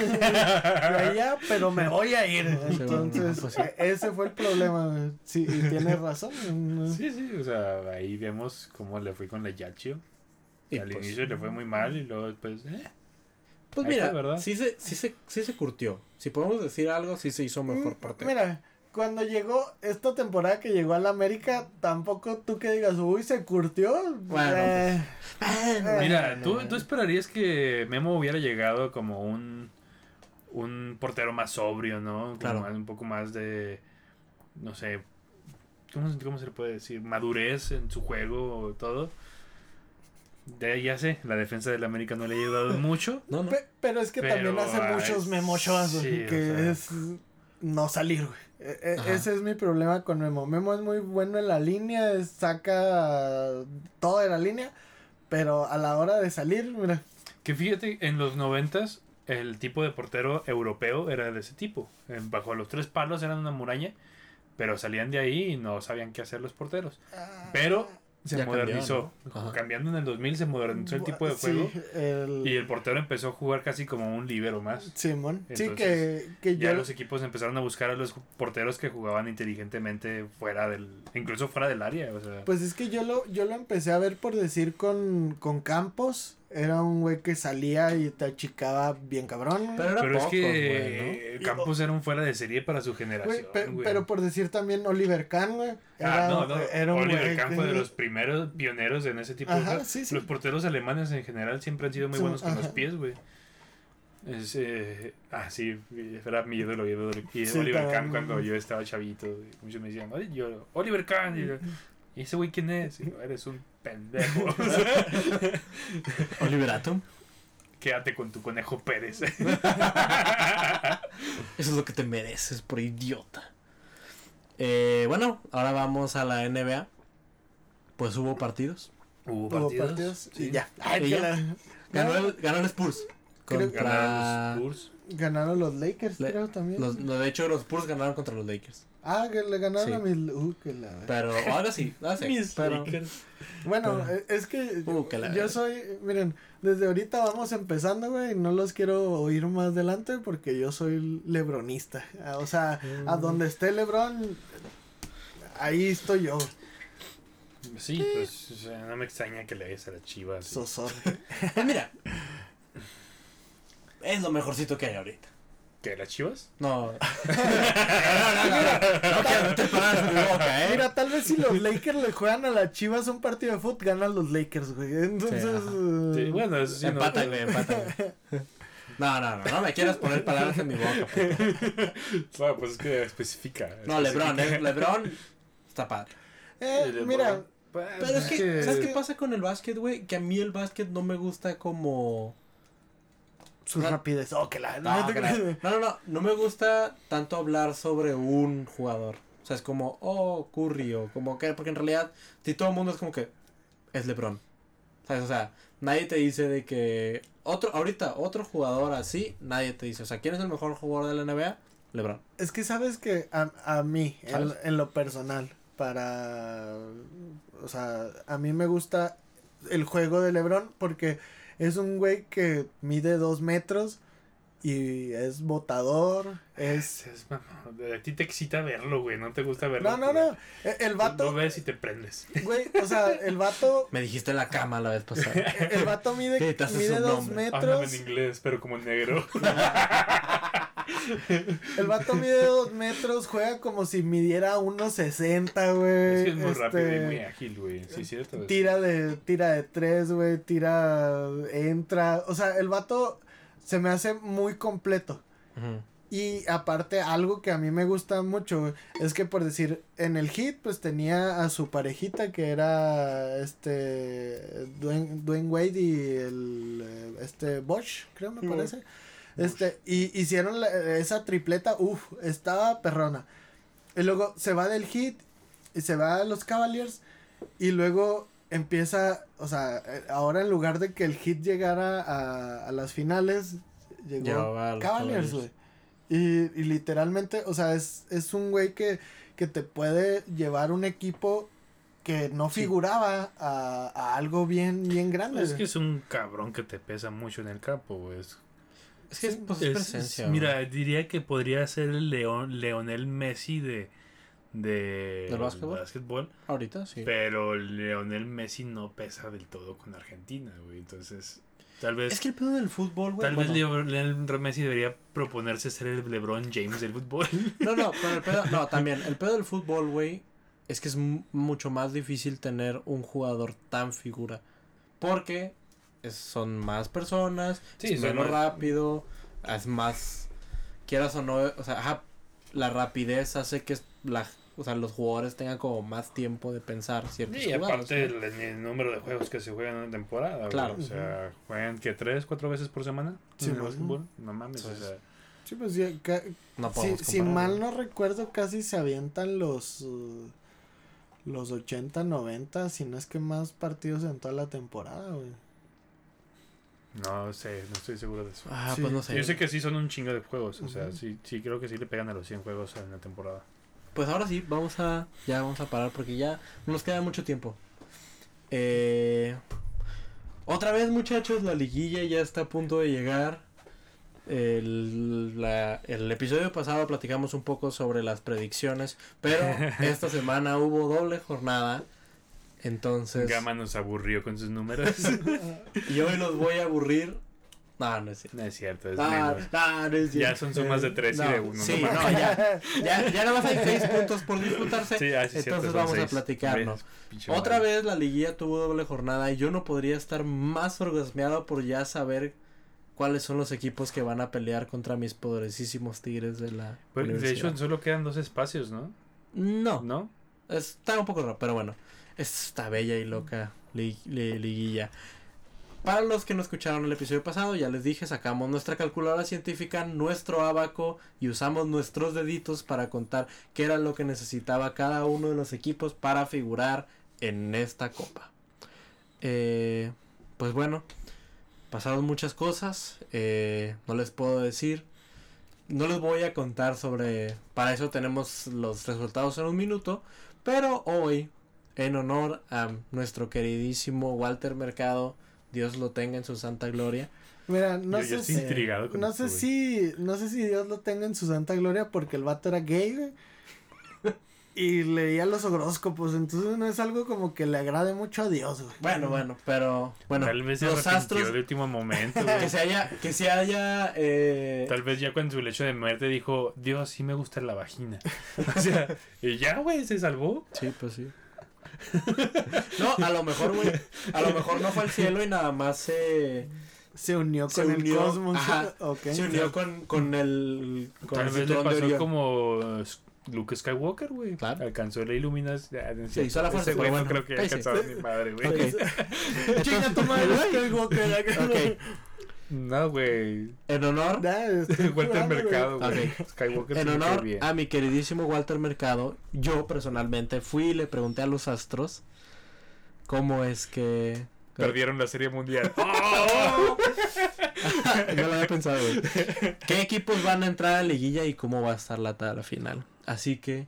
allá, pero me voy a ir. Entonces, pues sí. ese fue el problema, güey. Sí, y tienes razón. Sí, sí, o sea, ahí vemos cómo le fue con la Yachio. y Al pues, inicio le fue muy mal y luego después... pues ahí mira, fue, ¿verdad? sí se curtió. Si podemos decir algo, sí se hizo mejor portero. Mira, cuando llegó esta temporada que llegó a la América, tampoco tú que digas, uy, se curtió. Bueno, Mira, no, ¿tú esperarías que Memo hubiera llegado como un portero más sobrio, ¿no? Como Claro. un poco más de, no sé, ¿cómo se le puede decir? Madurez en su juego, todo. De ahí ya sé, la defensa del América no le ha ayudado mucho. No, no. Pero es que Pero, también hace muchos memochoas, sí, que o sea. es no salir, güey. Ajá. Ese es mi problema con Memo. Memo es muy bueno en la línea, saca todo de la línea, pero a la hora de salir, mira, Que fíjate, en los 90s, el tipo de portero europeo era de ese tipo. Bajo los 3 palos eran una muraña, pero salían de ahí y no sabían qué hacer los porteros. Pero se Ya cambió, modernizó. ¿no? Ajá. Cambiando en el 2000 se modernizó el tipo de juego. Sí, Y el portero empezó a jugar casi como un líbero más. Simón. Sí, Entonces, que Ya yo... los equipos empezaron a buscar a los porteros que jugaban inteligentemente incluso fuera del área. O sea, Pues es que yo lo empecé a ver por decir con Campos. Era un güey que salía y te achicaba bien cabrón. Pero era pero es pocos, güey, que Campos era un fuera de serie para su generación. güey. Pero por decir también Oliver Kahn, güey. Era un Oliver güey Kahn que- fue de los primeros pioneros en ese tipo de Ajá, juego. sí, sí. Los porteros alemanes en general siempre han sido muy Sí, buenos con los ajá. pies, güey. Sí, era mi ídolo, y Sí, Oliver también. Kahn cuando yo estaba chavito. Y muchos me decían, "Oye, Oliver Kahn. Y yo, ¿y ese güey quién es? Y yo, eres un pendejo. Oliver Atom. Quédate con tu conejo Pérez. Eso es lo que te mereces, por idiota. Bueno, ahora vamos a la NBA. Pues hubo partidos. Hubo Hubo partidos sí. y ya. Ay, Y que ya. la- Ganó el Spurs. Creo- Ganaron los Spurs. Ganaron los Lakers, Le- creo también. De hecho, los Spurs ganaron contra los Lakers. Ah, que le ganaron Sí. a mis... que la... Pero ahora sí, Mis pero, Lakers. Bueno, Pero- es que que la yo verga. soy... Miren, desde ahorita vamos empezando, güey. No los quiero oír más adelante porque yo soy lebronista. O sea, a donde esté Lebron, ahí estoy yo. Sí, pues o sea, no me extraña que le vayas a las Chivas. sí. Sosor. Pues mira, es lo mejorcito que hay ahorita. ¿Qué, las Chivas? No. No quiero meter palabras en mi boca, Mira, tal vez si los Lakers le juegan a las Chivas un partido de fútbol, ganan los Lakers, güey. Entonces... ajá. Sí, bueno, eso sí. Empatan, güey, empatan. No me quieras poner palabras en mi boca. puto. Bueno, pues es que especifica. No, LeBron, LeBron está padre. Mira, Pero es que, ¿sabes qué pasa con el básquet, güey? Que a mí el básquet no me gusta como... su rapidez. Oh, que la... No me gusta tanto hablar sobre un jugador. O sea, es como, Curry o como que... Porque en realidad, si todo el mundo es como que es LeBron. ¿Sabes? O sea, nadie te dice de que... Otro jugador así, nadie te dice. O sea, ¿quién es el mejor jugador de la NBA? LeBron. Es que sabes que a mí, ¿Sabes? en lo personal, o sea, a mí me gusta el juego de LeBron porque es un güey que mide 2 metros, y es botador, A ti te excita verlo, güey, no te gusta verlo. No. El vato... Lo ves y te prendes. Güey, o sea, el vato... Me dijiste en la cama la vez pasada. El vato mide su 2 nombre. Háblame metros. en inglés, pero como negro. El vato mide 2 metros, juega como si midiera 1.60, güey. Es que es muy rápido y muy ágil, güey. Sí, cierto. Tira de 3, güey, entra. O sea, el vato se me hace muy completo. Ujú. Y aparte, algo que a mí me gusta mucho, güey, es que por decir, en el Heat, pues tenía a su parejita que era Dwayne Wade y Bosch, creo me parece. Y hicieron esa tripleta, estaba perrona. Y luego se va del Heat y se va a los Cavaliers y luego empieza, o sea, ahora en lugar de que el Heat llegara a las finales, llegó Cavaliers, güey. Y literalmente, o sea, es un güey que te puede llevar un equipo que no figuraba a algo bien grande. Es que es un cabrón que te pesa mucho en el campo, güey. Es que pues, es presencia. Mira, diría que podría ser el Leonel Messi ¿Del básquetbol? Ahorita sí. Pero Leonel Messi no pesa del todo con Argentina, güey. Entonces, tal vez... Es que el pedo del fútbol, güey. Tal vez Leonel Messi debería proponerse ser el LeBron James del fútbol. No, pero el pedo... No, también. El pedo del fútbol, güey, es que es mucho más difícil tener un jugador tan figura. Porque son más personas, Sí, es menos rápido, es más... Quieras o no, o sea, la rapidez hace que los jugadores tengan como más tiempo de pensar ciertos Y jugados, aparte ¿no? el número de juegos que se juegan en una temporada. Claro. Güey. O sea, juegan que 3-4 veces por semana Sí, en el ¿no? básquetbol. No mames, Entonces, o sea... Sí, pues ya, No podemos si comparar, mal güey. no recuerdo, casi se avientan los 80, 90, si no es que más partidos en toda la temporada, güey. No sé, no estoy seguro de eso. Sí. Pues no sé. Yo sé que sí son un chingo de juegos, o sea, Ujú. sí creo que sí le pegan a los 100 juegos en la temporada. Pues ahora sí, vamos a parar porque ya no nos queda mucho tiempo. Otra vez, muchachos, la liguilla ya está a punto de llegar. El episodio pasado platicamos un poco sobre las predicciones, pero esta semana hubo doble jornada. Entonces, Gama nos aburrió con sus números. y hoy los voy a aburrir. No es cierto. No es cierto, es No menos. es cierto. Ya son sumas de 3 y de 1. Sí, no, ya nada más hay 6 puntos por disputarse. Sí, Entonces cierto, vamos son a 6. platicarnos. Pinche Otra madre. vez la liguilla tuvo doble jornada y yo no podría estar más orgasmeado por ya saber cuáles son los equipos que van a pelear contra mis poderosísimos Tigres de la Pues, de universidad. hecho, solo quedan 2 espacios, ¿no? No, ¿No? está un poco raro, pero bueno, esta bella y loca liguilla. Para los que no escucharon el episodio pasado, ya les dije, sacamos nuestra calculadora científica, nuestro abaco y usamos nuestros deditos para contar qué era lo que necesitaba cada uno de los equipos para figurar en esta copa. Pues bueno, pasaron muchas cosas, no les puedo decir, no les voy a contar para eso tenemos los resultados en un minuto, pero hoy, en honor a nuestro queridísimo Walter Mercado, Dios lo tenga en su santa gloria. Mira, Yo estoy intrigado con esto, güey. no sé si Dios lo tenga en su santa gloria porque el vato era gay, güey. Y leía los horóscopos, entonces no es algo como que le agrade mucho a Dios, güey. Bueno, pero bueno, Tal vez se los arrepintió astros de último momento, güey. que se haya Tal vez ya con su lecho de muerte dijo, Dios, sí me gusta la vagina. O sea, y ya, güey, se salvó. Sí, pues sí. No, a lo mejor, güey, a lo mejor no fue al cielo y nada más Se unió con el cosmos. ajá, Okay. se unió con el Tal el vez le cinturón de pasó Orión. como Luke Skywalker, güey. Claro. Alcanzó la iluminación. Se hizo la fuerza, Ese güey pero no bueno, creo que haya cállese. alcanzado mi madre, güey. Ok. Chinga tu madre, Skywalker. Ok, No, güey. en honor Walter Mercado, güey. Ok. Skywalker En sí me cae honor bien. a mi queridísimo Walter Mercado, yo personalmente fui y le pregunté a los astros cómo es que... Perdieron la serie mundial. No lo había pensado, güey. ¿Qué equipos van a entrar a la liguilla y cómo va a estar la tabla final? Así que...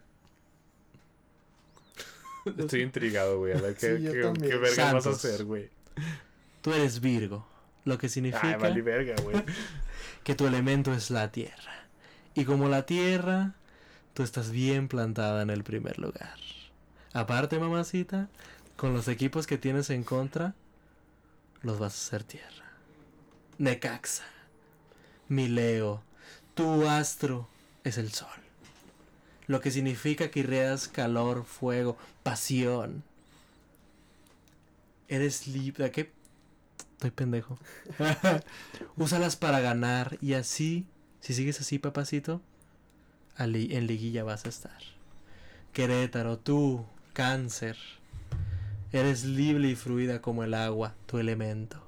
Estoy intrigado, güey. A ver qué, Sí, yo qué, también. qué verga vas a Santos. hacer, güey. Tú eres Virgo, lo que significa Ay, vale verga, güey. que tu elemento es la tierra. Y como la tierra, tú estás bien plantada en el primer lugar. Aparte, mamacita, con los equipos que tienes en contra, los vas a hacer tierra. Necaxa, mi Leo, tu astro es el sol. Lo que significa que irreas calor, fuego, pasión. Eres libre. ¿A qué? Estoy pendejo. Úsalas para ganar y así, si sigues así, papacito, en liguilla vas a estar. Querétaro, tú, Cáncer, eres libre y fluida como el agua, tu elemento.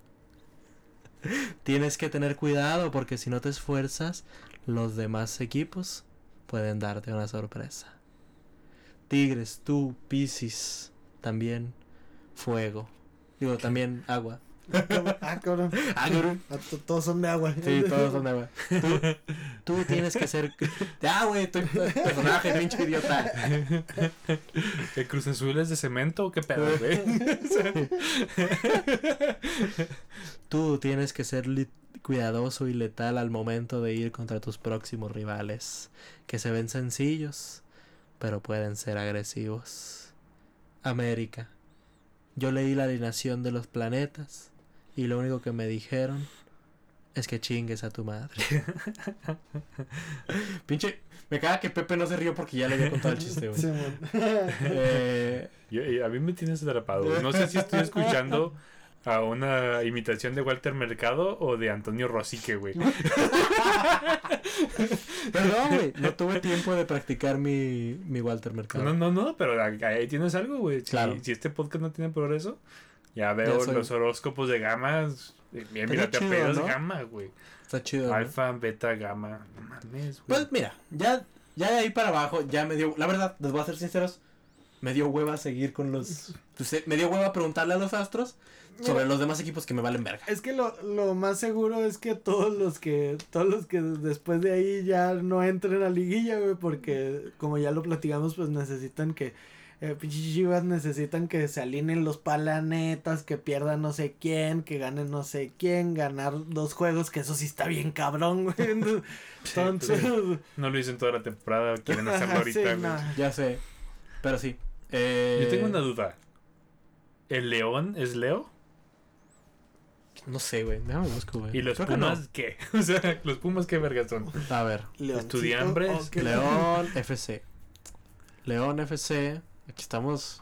Tienes que tener cuidado porque si no te esfuerzas, los demás equipos pueden darte una sorpresa. Tigres, tú, Piscis, también fuego. Digo, también agua. Cabrón. Todos son de agua. Sí, todos son de agua. Tú tienes que ser... Ya, güey, estoy personaje, pinche idiota. ¿El Cruz Azul es de cemento o qué pedo, güey? Tú tienes que ser cuidadoso y letal al momento de ir contra tus próximos rivales, que se ven sencillos, pero pueden ser agresivos. América. Yo leí la alineación de los planetas y lo único que me dijeron es que chingues a tu madre. Pinche, me caga que Pepe no se rió porque ya le había contado el chiste, güey. Sí, A mí me tienes atrapado. No sé si estoy escuchando a una imitación de Walter Mercado o de Antonio Rosique, güey. Perdón, güey, no tuve tiempo de practicar mi Walter Mercado. No, pero ahí tienes algo, güey. Claro. Si este podcast no tiene progreso, ya veo los horóscopos de gamas. Mira, te apegas, ¿no? Gamma, güey. Está chido, ¿no? Alfa, beta, gamma. No mames, güey. Pues mira, ya de ahí para abajo, ya me dio... La verdad, les voy a ser sinceros, me dio hueva seguir con los... Pues, me dio hueva preguntarle a los astros sobre los demás equipos que me valen verga. Es que lo más seguro es que todos los que después de ahí ya no entren a liguilla, güey, porque como ya lo platicamos, pues necesitan que pinches Chivas necesitan que se alineen los planetas, que pierdan no sé quién, que ganen no sé quién, ganar 2 juegos, que eso sí está bien cabrón, güey. Entonces, sí, no lo dicen toda la temporada, quieren hacerlo ahorita, sí, güey. no. Ya sé, pero sí. Yo tengo una duda. ¿El León es Leo? No sé, güey. Déjame buscar, güey. ¿Y los Creo que Pumas no. qué? O sea, ¿los Pumas qué vergas son? A ver. Estudiambres. Okay. León FC. León FC. Aquí estamos.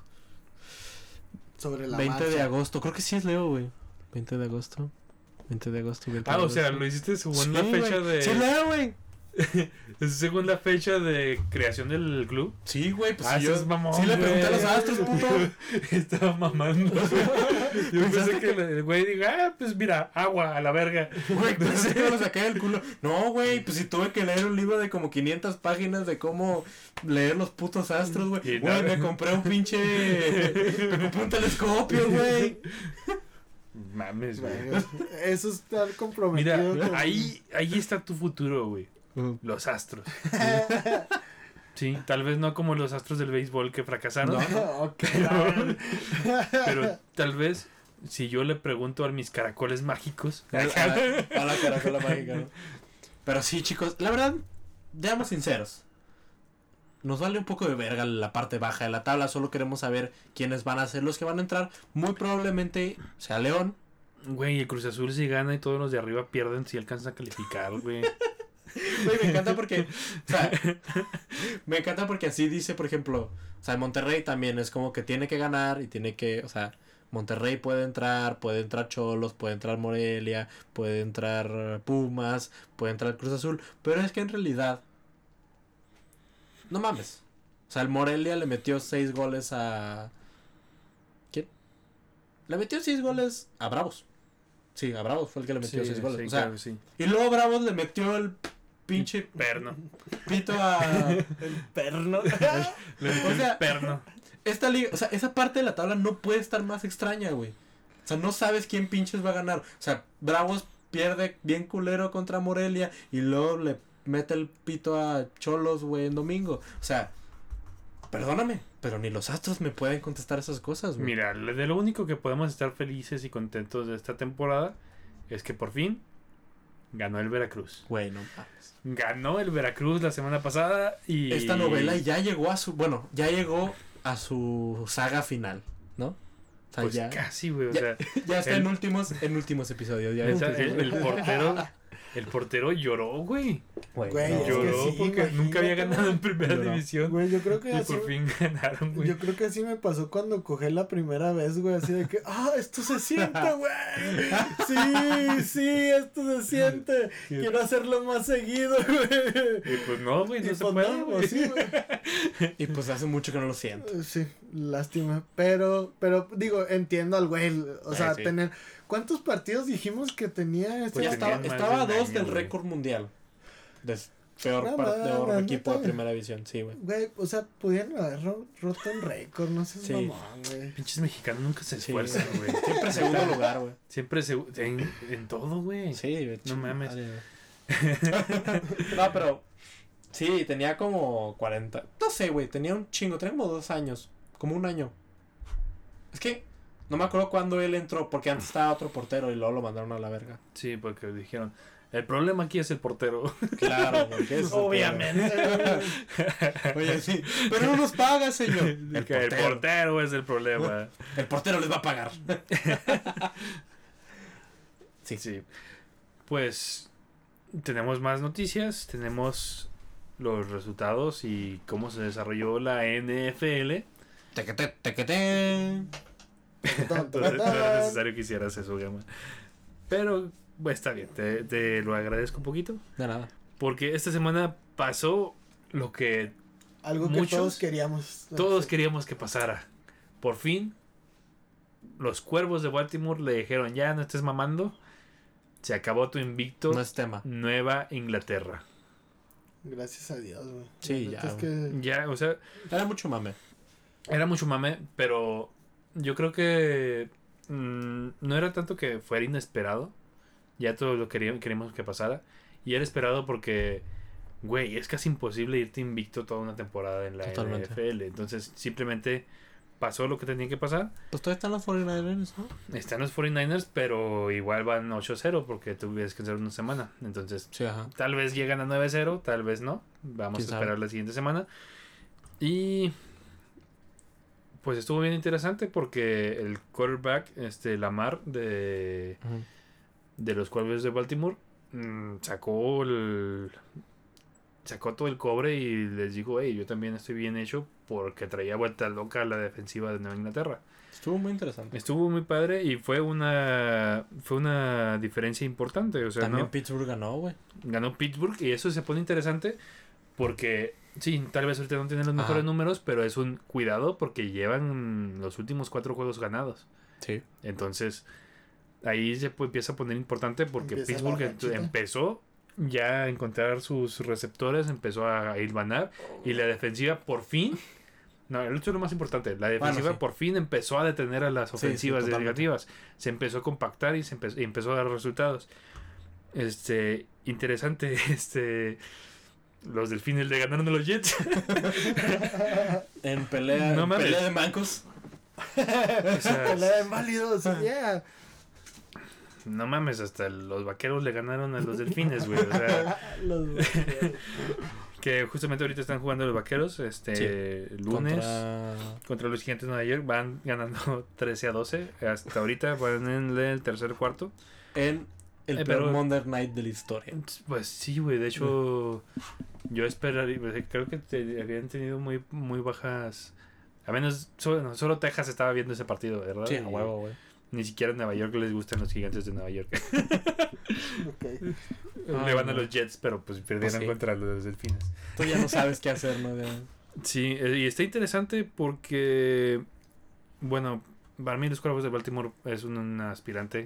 Sobre la 20 de marcha. agosto. Creo que sí es Leo, güey. 20 de agosto. 20 de agosto. 20 de O agosto. sea, lo hiciste según la Sí, fecha güey. de... Sí, Leo, güey. ¿Es según la fecha de creación del club? Sí, güey. Pues Ah, sí, eso es mamón, sí le pregunté a los güey. astros, puto. Estaba mamando. Yo pensé que el güey diga, pues mira, agua a la verga. Güey, pensé que me lo saqué del culo. No, güey, pues si tuve que leer un libro de como 500 páginas de cómo leer los putos astros, güey. Y Güey, no- me compré un pinche... Me compré un telescopio, güey. Mames, güey. Eso es estar comprometido. Mira, con- ahí está tu futuro, güey. Los astros. Sí, tal vez no como los astros del béisbol que fracasaron. Ok. Pero tal vez si yo le pregunto a mis caracoles mágicos. A la caracola mágica, ¿no? Pero sí, chicos, la verdad, seamos sinceros. Nos vale un poco de verga la parte baja de la tabla. Solo queremos saber quiénes van a ser los que van a entrar. Muy probablemente sea León. Güey, el Cruz Azul si gana y todos los de arriba pierden si alcanzan a calificar, güey. Güey, me encanta porque, o sea, me encanta porque así dice, por ejemplo, o sea, Monterrey también es como que tiene que ganar y tiene que, o sea, Monterrey puede entrar Cholos, puede entrar Morelia, puede entrar Pumas, puede entrar Cruz Azul, pero es que en realidad, no mames, o sea, el Morelia le metió 6 goles a... ¿Quién? Le metió 6 goles a Bravos. Sí, a Bravos fue el que le metió 6 goles. Sí, o sea, claro, sí. y luego Bravos le metió el pinche Perno. pito a... El perno. Le metió O sea, el perno. Esta liga, o sea, esa parte de la tabla no puede estar más extraña, güey. O sea, no sabes quién pinches va a ganar. O sea, Bravos pierde bien culero contra Morelia y luego le mete el pito a Cholos, güey, en domingo. O sea, perdóname, pero ni los astros me pueden contestar esas cosas, güey. Mira, de lo único que podemos estar felices y contentos de esta temporada es que por fin Ganó el Veracruz. Güey, no mames. Ganó el Veracruz la semana pasada y... Esta novela ya llegó a su... Bueno, ya llegó a su saga final, ¿no? O sea, Pues ya... casi, güey, o ya, sea... ya está en últimos episodios. Ya Neta, el portero lloró, güey. Güey, no. es que Lloró sí, porque nunca había imagínate, ganado en primera Lloró. división. Güey, yo creo que Y así... por fin ganaron, güey. Yo creo que así me pasó cuando cogí la primera vez, güey, así de que, esto se siente, güey. Sí, esto se siente. Quiero hacerlo más seguido, güey. Y pues no, güey, no Y se pues puede, no, güey. sí, güey. Y pues hace mucho que no lo siento. Sí, lástima. Pero digo, entiendo al güey. O sea, sí. tener. ¿Cuántos partidos dijimos que tenía este? Pues ya tenía estaba más de a un 2 año, del güey. récord mundial. De peor No, equipo de neta. primera división, sí, güey. Güey, o sea, pudieron haber roto un récord, no sé, Sí. mamón, güey. Pinches mexicanos nunca se Sí, esfuerzan, güey. Siempre segundo lugar, güey. Siempre en todo, güey. Sí, güey. No mames. Madre, güey. No, pero... Sí, tenía como 40... No sé, güey, tenía un chingo. Tenía como 2 años. Como un año. Es que... No me acuerdo cuándo él entró, porque antes estaba otro portero y luego lo mandaron a la verga. Sí, porque dijeron, el problema aquí es el portero. Claro, porque es Obviamente. Oye, sí. Pero no nos paga, señor. El Que el portero es el problema. El portero les va a pagar. Sí. Sí. Pues tenemos más noticias, tenemos los resultados y cómo se desarrolló la NFL. Tequete, tequete. Entonces, no era necesario que hicieras eso, Gama. Pero pues, está bien, te lo agradezco un poquito. De nada. Porque esta semana pasó lo que Algo que Muchos- todos queríamos. todos queríamos que pasara. Por fin, los Cuervos de Baltimore le dijeron, ya no estés mamando. Se acabó tu invicto. No es tema. Nueva Inglaterra. Gracias a Dios, güey. Sí, La neta ya, es que... Ya, o sea, Era mucho mame. era mucho mame, pero yo creo que no era tanto que fuera inesperado. Ya todo lo queríamos que pasara. Y era esperado porque, güey, es casi imposible irte invicto toda una temporada en la Totalmente. NFL. Entonces, simplemente pasó lo que tenía que pasar. Pues todavía están los 49ers, ¿no? Están los 49ers, pero igual van 8-0 porque tuvieras que hacer una semana. Entonces, Sí, ajá. tal vez llegan a 9-0, tal vez no. Vamos a ¿Quién sabe? esperar la siguiente semana. Y pues estuvo bien interesante porque el quarterback, Lamar de los Cuervos de Baltimore, sacó todo el cobre y les dijo, hey, yo también estoy bien hecho porque traía vuelta loca a la defensiva de Nueva Inglaterra. Estuvo muy interesante. Estuvo muy padre y fue una diferencia importante. O sea, También ¿no? Pittsburgh ganó, güey. Ganó Pittsburgh y eso se pone interesante porque sí, tal vez ahorita no tienen los mejores Ajá. números, pero es un cuidado porque llevan los últimos 4 juegos ganados. Sí. Entonces, ahí se empieza a poner importante porque Empieza Pittsburgh la rachita. empezó ya a encontrar sus receptores, empezó a hilvanar y la defensiva por fin, no, eso es lo más importante, la defensiva sí. por fin empezó a detener a las Sí, ofensivas totalmente. negativas, se empezó a compactar y y empezó a dar resultados. Interesante, los Delfines le ganaron a los Jets. En pelea, No en mames. pelea de mancos. O sea, Pelea de inválidos, yeah. no mames, hasta los Vaqueros le ganaron a los Delfines, güey. O sea, Los... que justamente ahorita están jugando los Vaqueros, lunes contra los Gigantes de Nueva York, van ganando 13-12, hasta ahorita van en el tercer cuarto. En el peor pero- Monday Night de la historia. Pues sí, güey, de hecho yo esperaría, creo que habían tenido muy, muy bajas, a menos solo Texas estaba viendo ese partido, ¿verdad? Sí, a Y huevo, güey. ni siquiera en Nueva York les gustan los Gigantes de Nueva York. Okay. Le van a no. los Jets, pero pues perdieron sí. contra los Delfines. Tú ya no sabes qué hacer, ¿no? Sí, y está interesante porque, bueno, para mí los Cuervos de Baltimore es un aspirante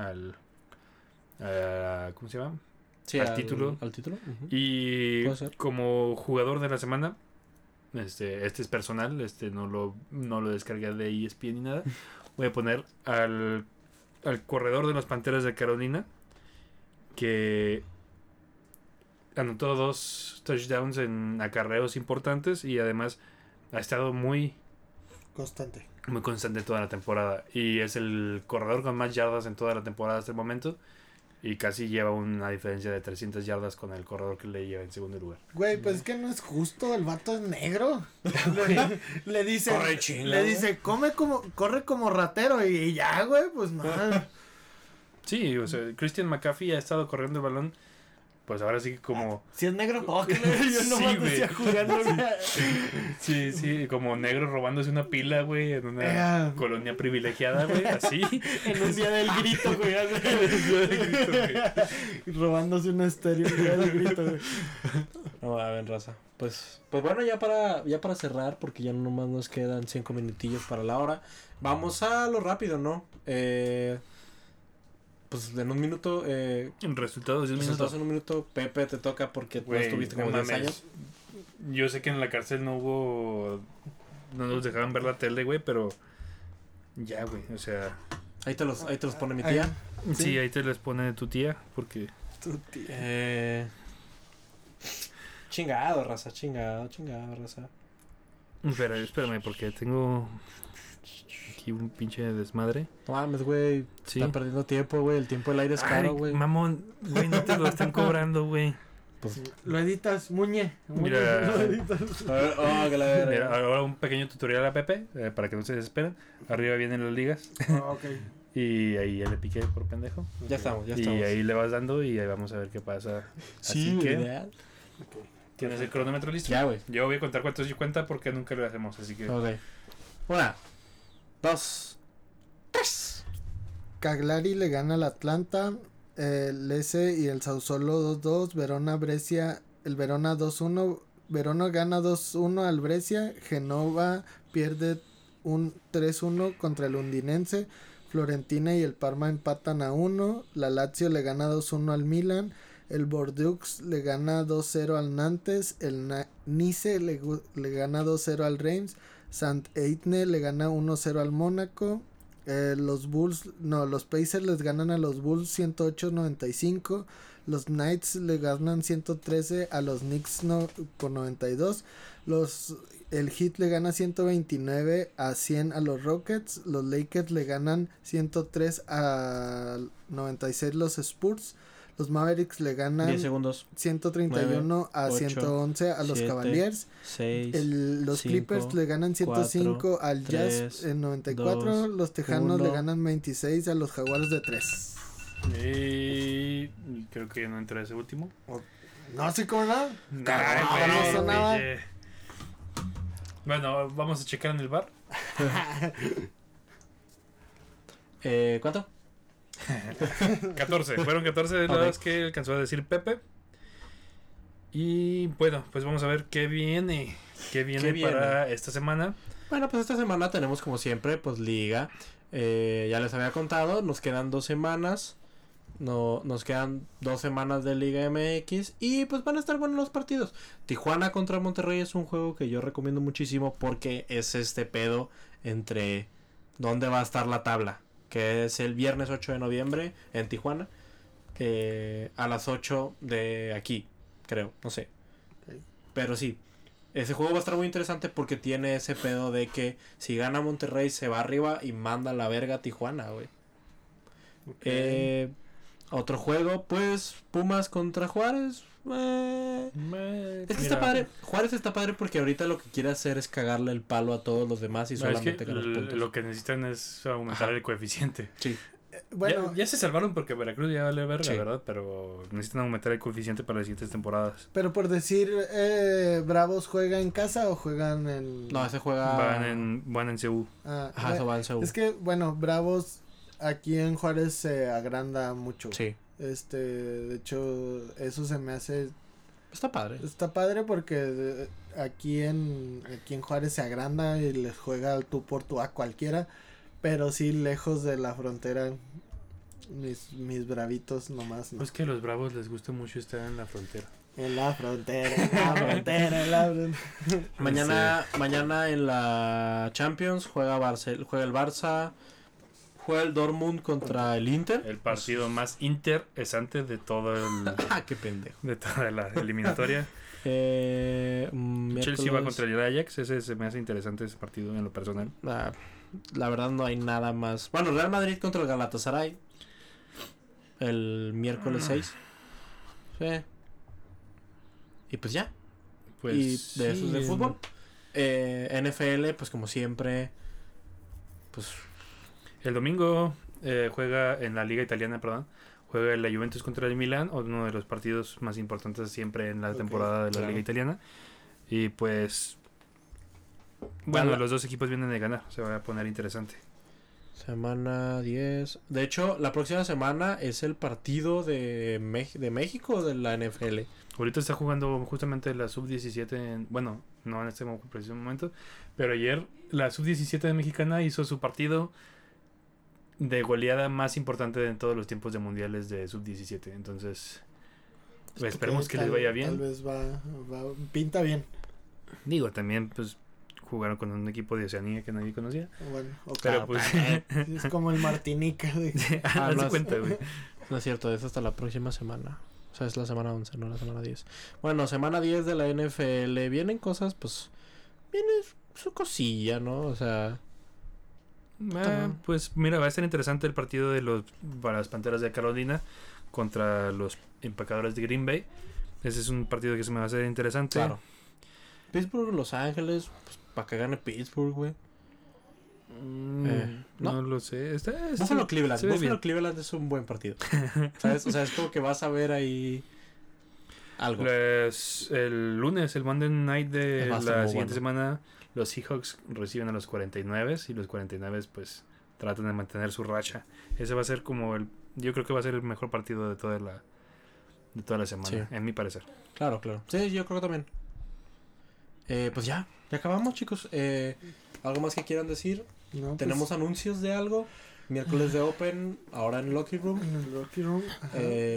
¿cómo se llama? Sí, Al título. Al título. Ujú. Y Puede ser. como jugador de la semana, este es personal, no lo descargué de ESPN ni nada. Voy a poner al corredor de los Panteras de Carolina, que anotó 2 touchdowns en acarreos importantes y además ha estado muy Constante. constante toda la temporada y es el corredor con más yardas en toda la temporada hasta el momento. Y casi lleva una diferencia de 300 yardas con el corredor que le lleva en segundo lugar. Güey, pues es que no es justo, el vato es negro. le dice, Corre chinga, le dice, corre como ratero y ya, güey, pues no. Sí, o sea, Christian McCaffrey ha estado corriendo el balón, pues ahora sí que como... Si es negro, yo no Sí, me güey. decía jugando. Sí, como negro robándose una pila, güey, en una colonia privilegiada, güey, así. En un día del grito, güey. Robándose un estéreo en el día del grito, güey. No, a ver, raza. Pues bueno, ya para cerrar, porque ya nomás nos quedan 5 minutillos para la hora. Vamos a lo rápido, ¿no? Pues en un minuto, En resultados de un minuto. resultados en un minuto. Pepe, te toca porque tú Güey, estuviste como no 10 mames. años. Yo sé que en la cárcel no nos dejaban ver la tele, güey, pero ya, güey, o sea... Ahí te los pone mi tía. Sí, ahí te les pone tu tía, porque... Chingado, raza, chingado, raza. Espérame, porque tengo aquí un pinche desmadre. No mames, güey. Sí. Está perdiendo tiempo, güey. El tiempo del aire es caro, güey. Mamón, güey, no te lo están cobrando, güey. Pues, Lo editas, Muñe. Mira. Lo editas. a ver, que la verga. Mira, ahora un pequeño tutorial a Pepe, para que no se desesperen. Arriba vienen las ligas. Ok. Y ahí ya le piqué por pendejo. Ya estamos. Y ahí le vas dando y ahí vamos a ver qué pasa. Sí, Así que, ¿verdad? ¿tienes el cronómetro listo? Ya, güey. Yo voy a contar cuántos y cuenta porque nunca lo hacemos, así que... Ok. 1, 2, 3. Cagliari le gana al Atlanta. El S y el Sassuolo 2-2. Verona Brescia. El Verona 2-1. Verona gana 2-1 al Brescia. Genova pierde 3-1 contra el Udinese. Florentina y el Parma empatan a 1. La Lazio le gana 2-1 al Milan. El Bordeaux le gana 2-0 al Nantes. El Nice le gana 2-0 al Reims. Saint-Etienne le gana 1-0 al Mónaco. Los Pacers les ganan a los Bulls 108-95. Los Knights le ganan 113 a los Knicks por 92. El Heat le gana 129 a 100 a los Rockets. Los Lakers le ganan 103 a 96 los Spurs. Los Mavericks le ganan 10 segundos. 131 9, a 8, 111 a los 7, Cavaliers. 6. Los 5, Clippers le ganan 105 4, al Jazz 3, en 94. 2, los Tejanos 1. le ganan 26 a los Jaguares de 3. Y creo que no entra ese último. No, sí, como nada. Ay, no güey, sonaba. güey. Bueno, vamos a checar en el bar. ¿Cuánto? 14. Fueron 14 de las que alcanzó a decir Pepe. Y bueno, pues vamos a ver qué viene. ¿Qué viene para esta semana? Bueno, pues esta semana tenemos como siempre, pues liga. Ya les había contado, nos quedan 2 semanas. Nos quedan 2 semanas de Liga MX. Y pues van a estar buenos los partidos. Tijuana contra Monterrey es un juego que yo recomiendo muchísimo. Porque es este pedo entre dónde va a estar la tabla. Que es el viernes 8 de noviembre en Tijuana. A las 8 de aquí, creo, no sé. Pero sí, ese juego va a estar muy interesante porque tiene ese pedo de que si gana Monterrey se va arriba y manda a la verga a Tijuana, güey. Otro juego, pues, Pumas contra Juárez. Es que está padre. Juárez está padre porque ahorita lo que quiere hacer es cagarle el palo a todos los demás y solamente ganar puntos. Lo que necesitan es aumentar el coeficiente. Sí. Bueno, ya se salvaron porque Veracruz ya vale verga, Sí. ¿verdad? Pero necesitan aumentar el coeficiente para las siguientes temporadas. pero por decir, ¿Bravos juega en casa o juegan en...? No, ese juega... Van en CU. Ajá, eso va en Seúl. Es que, bueno, Bravos aquí en Juárez se agranda mucho. Sí. De hecho, eso se me hace... Está padre. Está padre porque aquí en Juárez se agranda y les juega al tú por tú a cualquiera, pero sí lejos de la frontera, mis bravitos nomás, ¿no? Pues que a los Bravos les gusta mucho estar en la frontera. En la frontera, en la frontera. Mañana en la Champions juega el Barça, juega el Dortmund contra el Inter. El partido más interesante de todo Qué pendejo. de toda la eliminatoria. Chelsea va contra el Ajax. Ese se me hace interesante ese partido en lo personal. La verdad no hay nada más. Bueno, Real Madrid contra el Galatasaray. el miércoles 6. Sí. Y pues ya. Pues y de eso es de sí, fútbol. NFL, pues como siempre, pues El domingo juega en la Liga Italiana, perdón. Juega la Juventus contra el Milan, uno de los partidos más importantes siempre en la temporada de la claro. Liga Italiana. Y pues, bueno, Vale. los dos equipos vienen de ganar, se va a poner interesante. semana 10. De hecho, la próxima semana es el partido de México de la NFL. Ahorita está jugando justamente la Sub-17, bueno, no en este preciso momento, pero ayer la Sub-17 de Mexicana hizo su partido de goleada más importante de todos los tiempos de mundiales de Sub-17. Entonces, pues, esperemos que les vaya bien. Tal vez pinta bien. Digo, también pues jugaron con un equipo de Oceanía que nadie conocía. Bueno, Pero pues es como el Martinica. haz de no, cuenta, güey. No es cierto, es hasta la próxima semana. O sea, es la semana 11, no la semana 10. Bueno, semana 10 de la NFL. Vienen cosas, pues. Viene su cosilla, ¿no? O sea. Pues mira, va a ser interesante el partido para las Panteras de Carolina contra los Empacadores de Green Bay. Ese es un partido que se me va a hacer interesante. Claro. Pittsburgh, Los Ángeles. Pues para que gane Pittsburgh, güey. No ¿no? lo sé. Buffalo Cleveland. se ve Buffalo bien. Cleveland es un buen partido. ¿Sabes? O sea, es como que vas a ver ahí. Algo. El lunes, el Monday Night de Va a estar la muy siguiente bueno. semana, los Seahawks reciben a los 49 y los 49 pues tratan de mantener su racha. Ese va a ser como yo creo que va a ser el mejor partido de toda la semana, Sí. en mi parecer. Claro, claro. Sí, yo creo que también. Pues ya acabamos, chicos. ¿Algo más que quieran decir? No, pues, ¿Tenemos anuncios de algo? Miércoles de Open, ahora en Locker Room. en el Rocky Room. Ajá,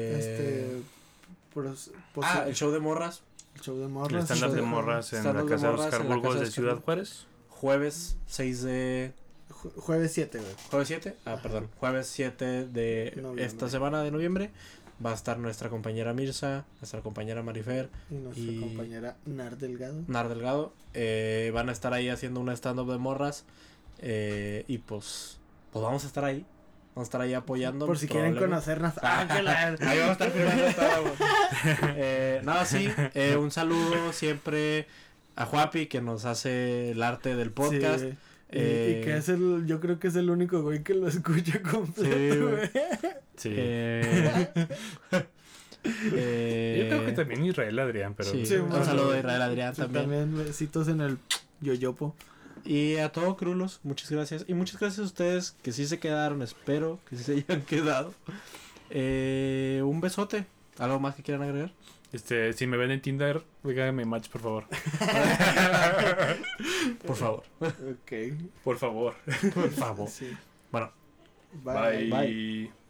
El show de morras. el show de El morras. stand-up de ajá. morras en Stand-up la de casa de morras Oscar en la Burgos casa de de Oscar Ciudad Burgos. Juárez. Jueves 6 de... Jueves 7, güey. ¿Jueves 7? Perdón. Jueves 7 de Noviembre. esta semana de noviembre. Va a estar nuestra compañera Mirza, nuestra compañera Marifer, Y nuestra Y- compañera Nar Delgado. Nar Delgado. Van a estar ahí haciendo un stand-up de morras. Y pues vamos a estar ahí. Vamos a estar ahí apoyando. Por si quieren probablemente. conocernos. Ahí vamos a estar firmando todo. Nada, sí. Un saludo siempre a Juapi, que nos hace el arte del podcast. Sí. Y que yo creo que es el único güey que lo escucha completo, Sí, güey. güey. Sí. Yo creo que también Israel Adrián, pero Sí, Sí, un bueno. saludo a Israel Adrián Sí, también. besitos en el yoyopo. Y a todo Crulos, muchas gracias. Y muchas gracias a ustedes que sí se quedaron. Espero que sí se hayan quedado. Un besote. ¿Algo más que quieran agregar? si me ven en Tinder, háganme match, por favor. Por favor. Ok. Por favor. Por favor. Sí. Bueno. Bye. Bye.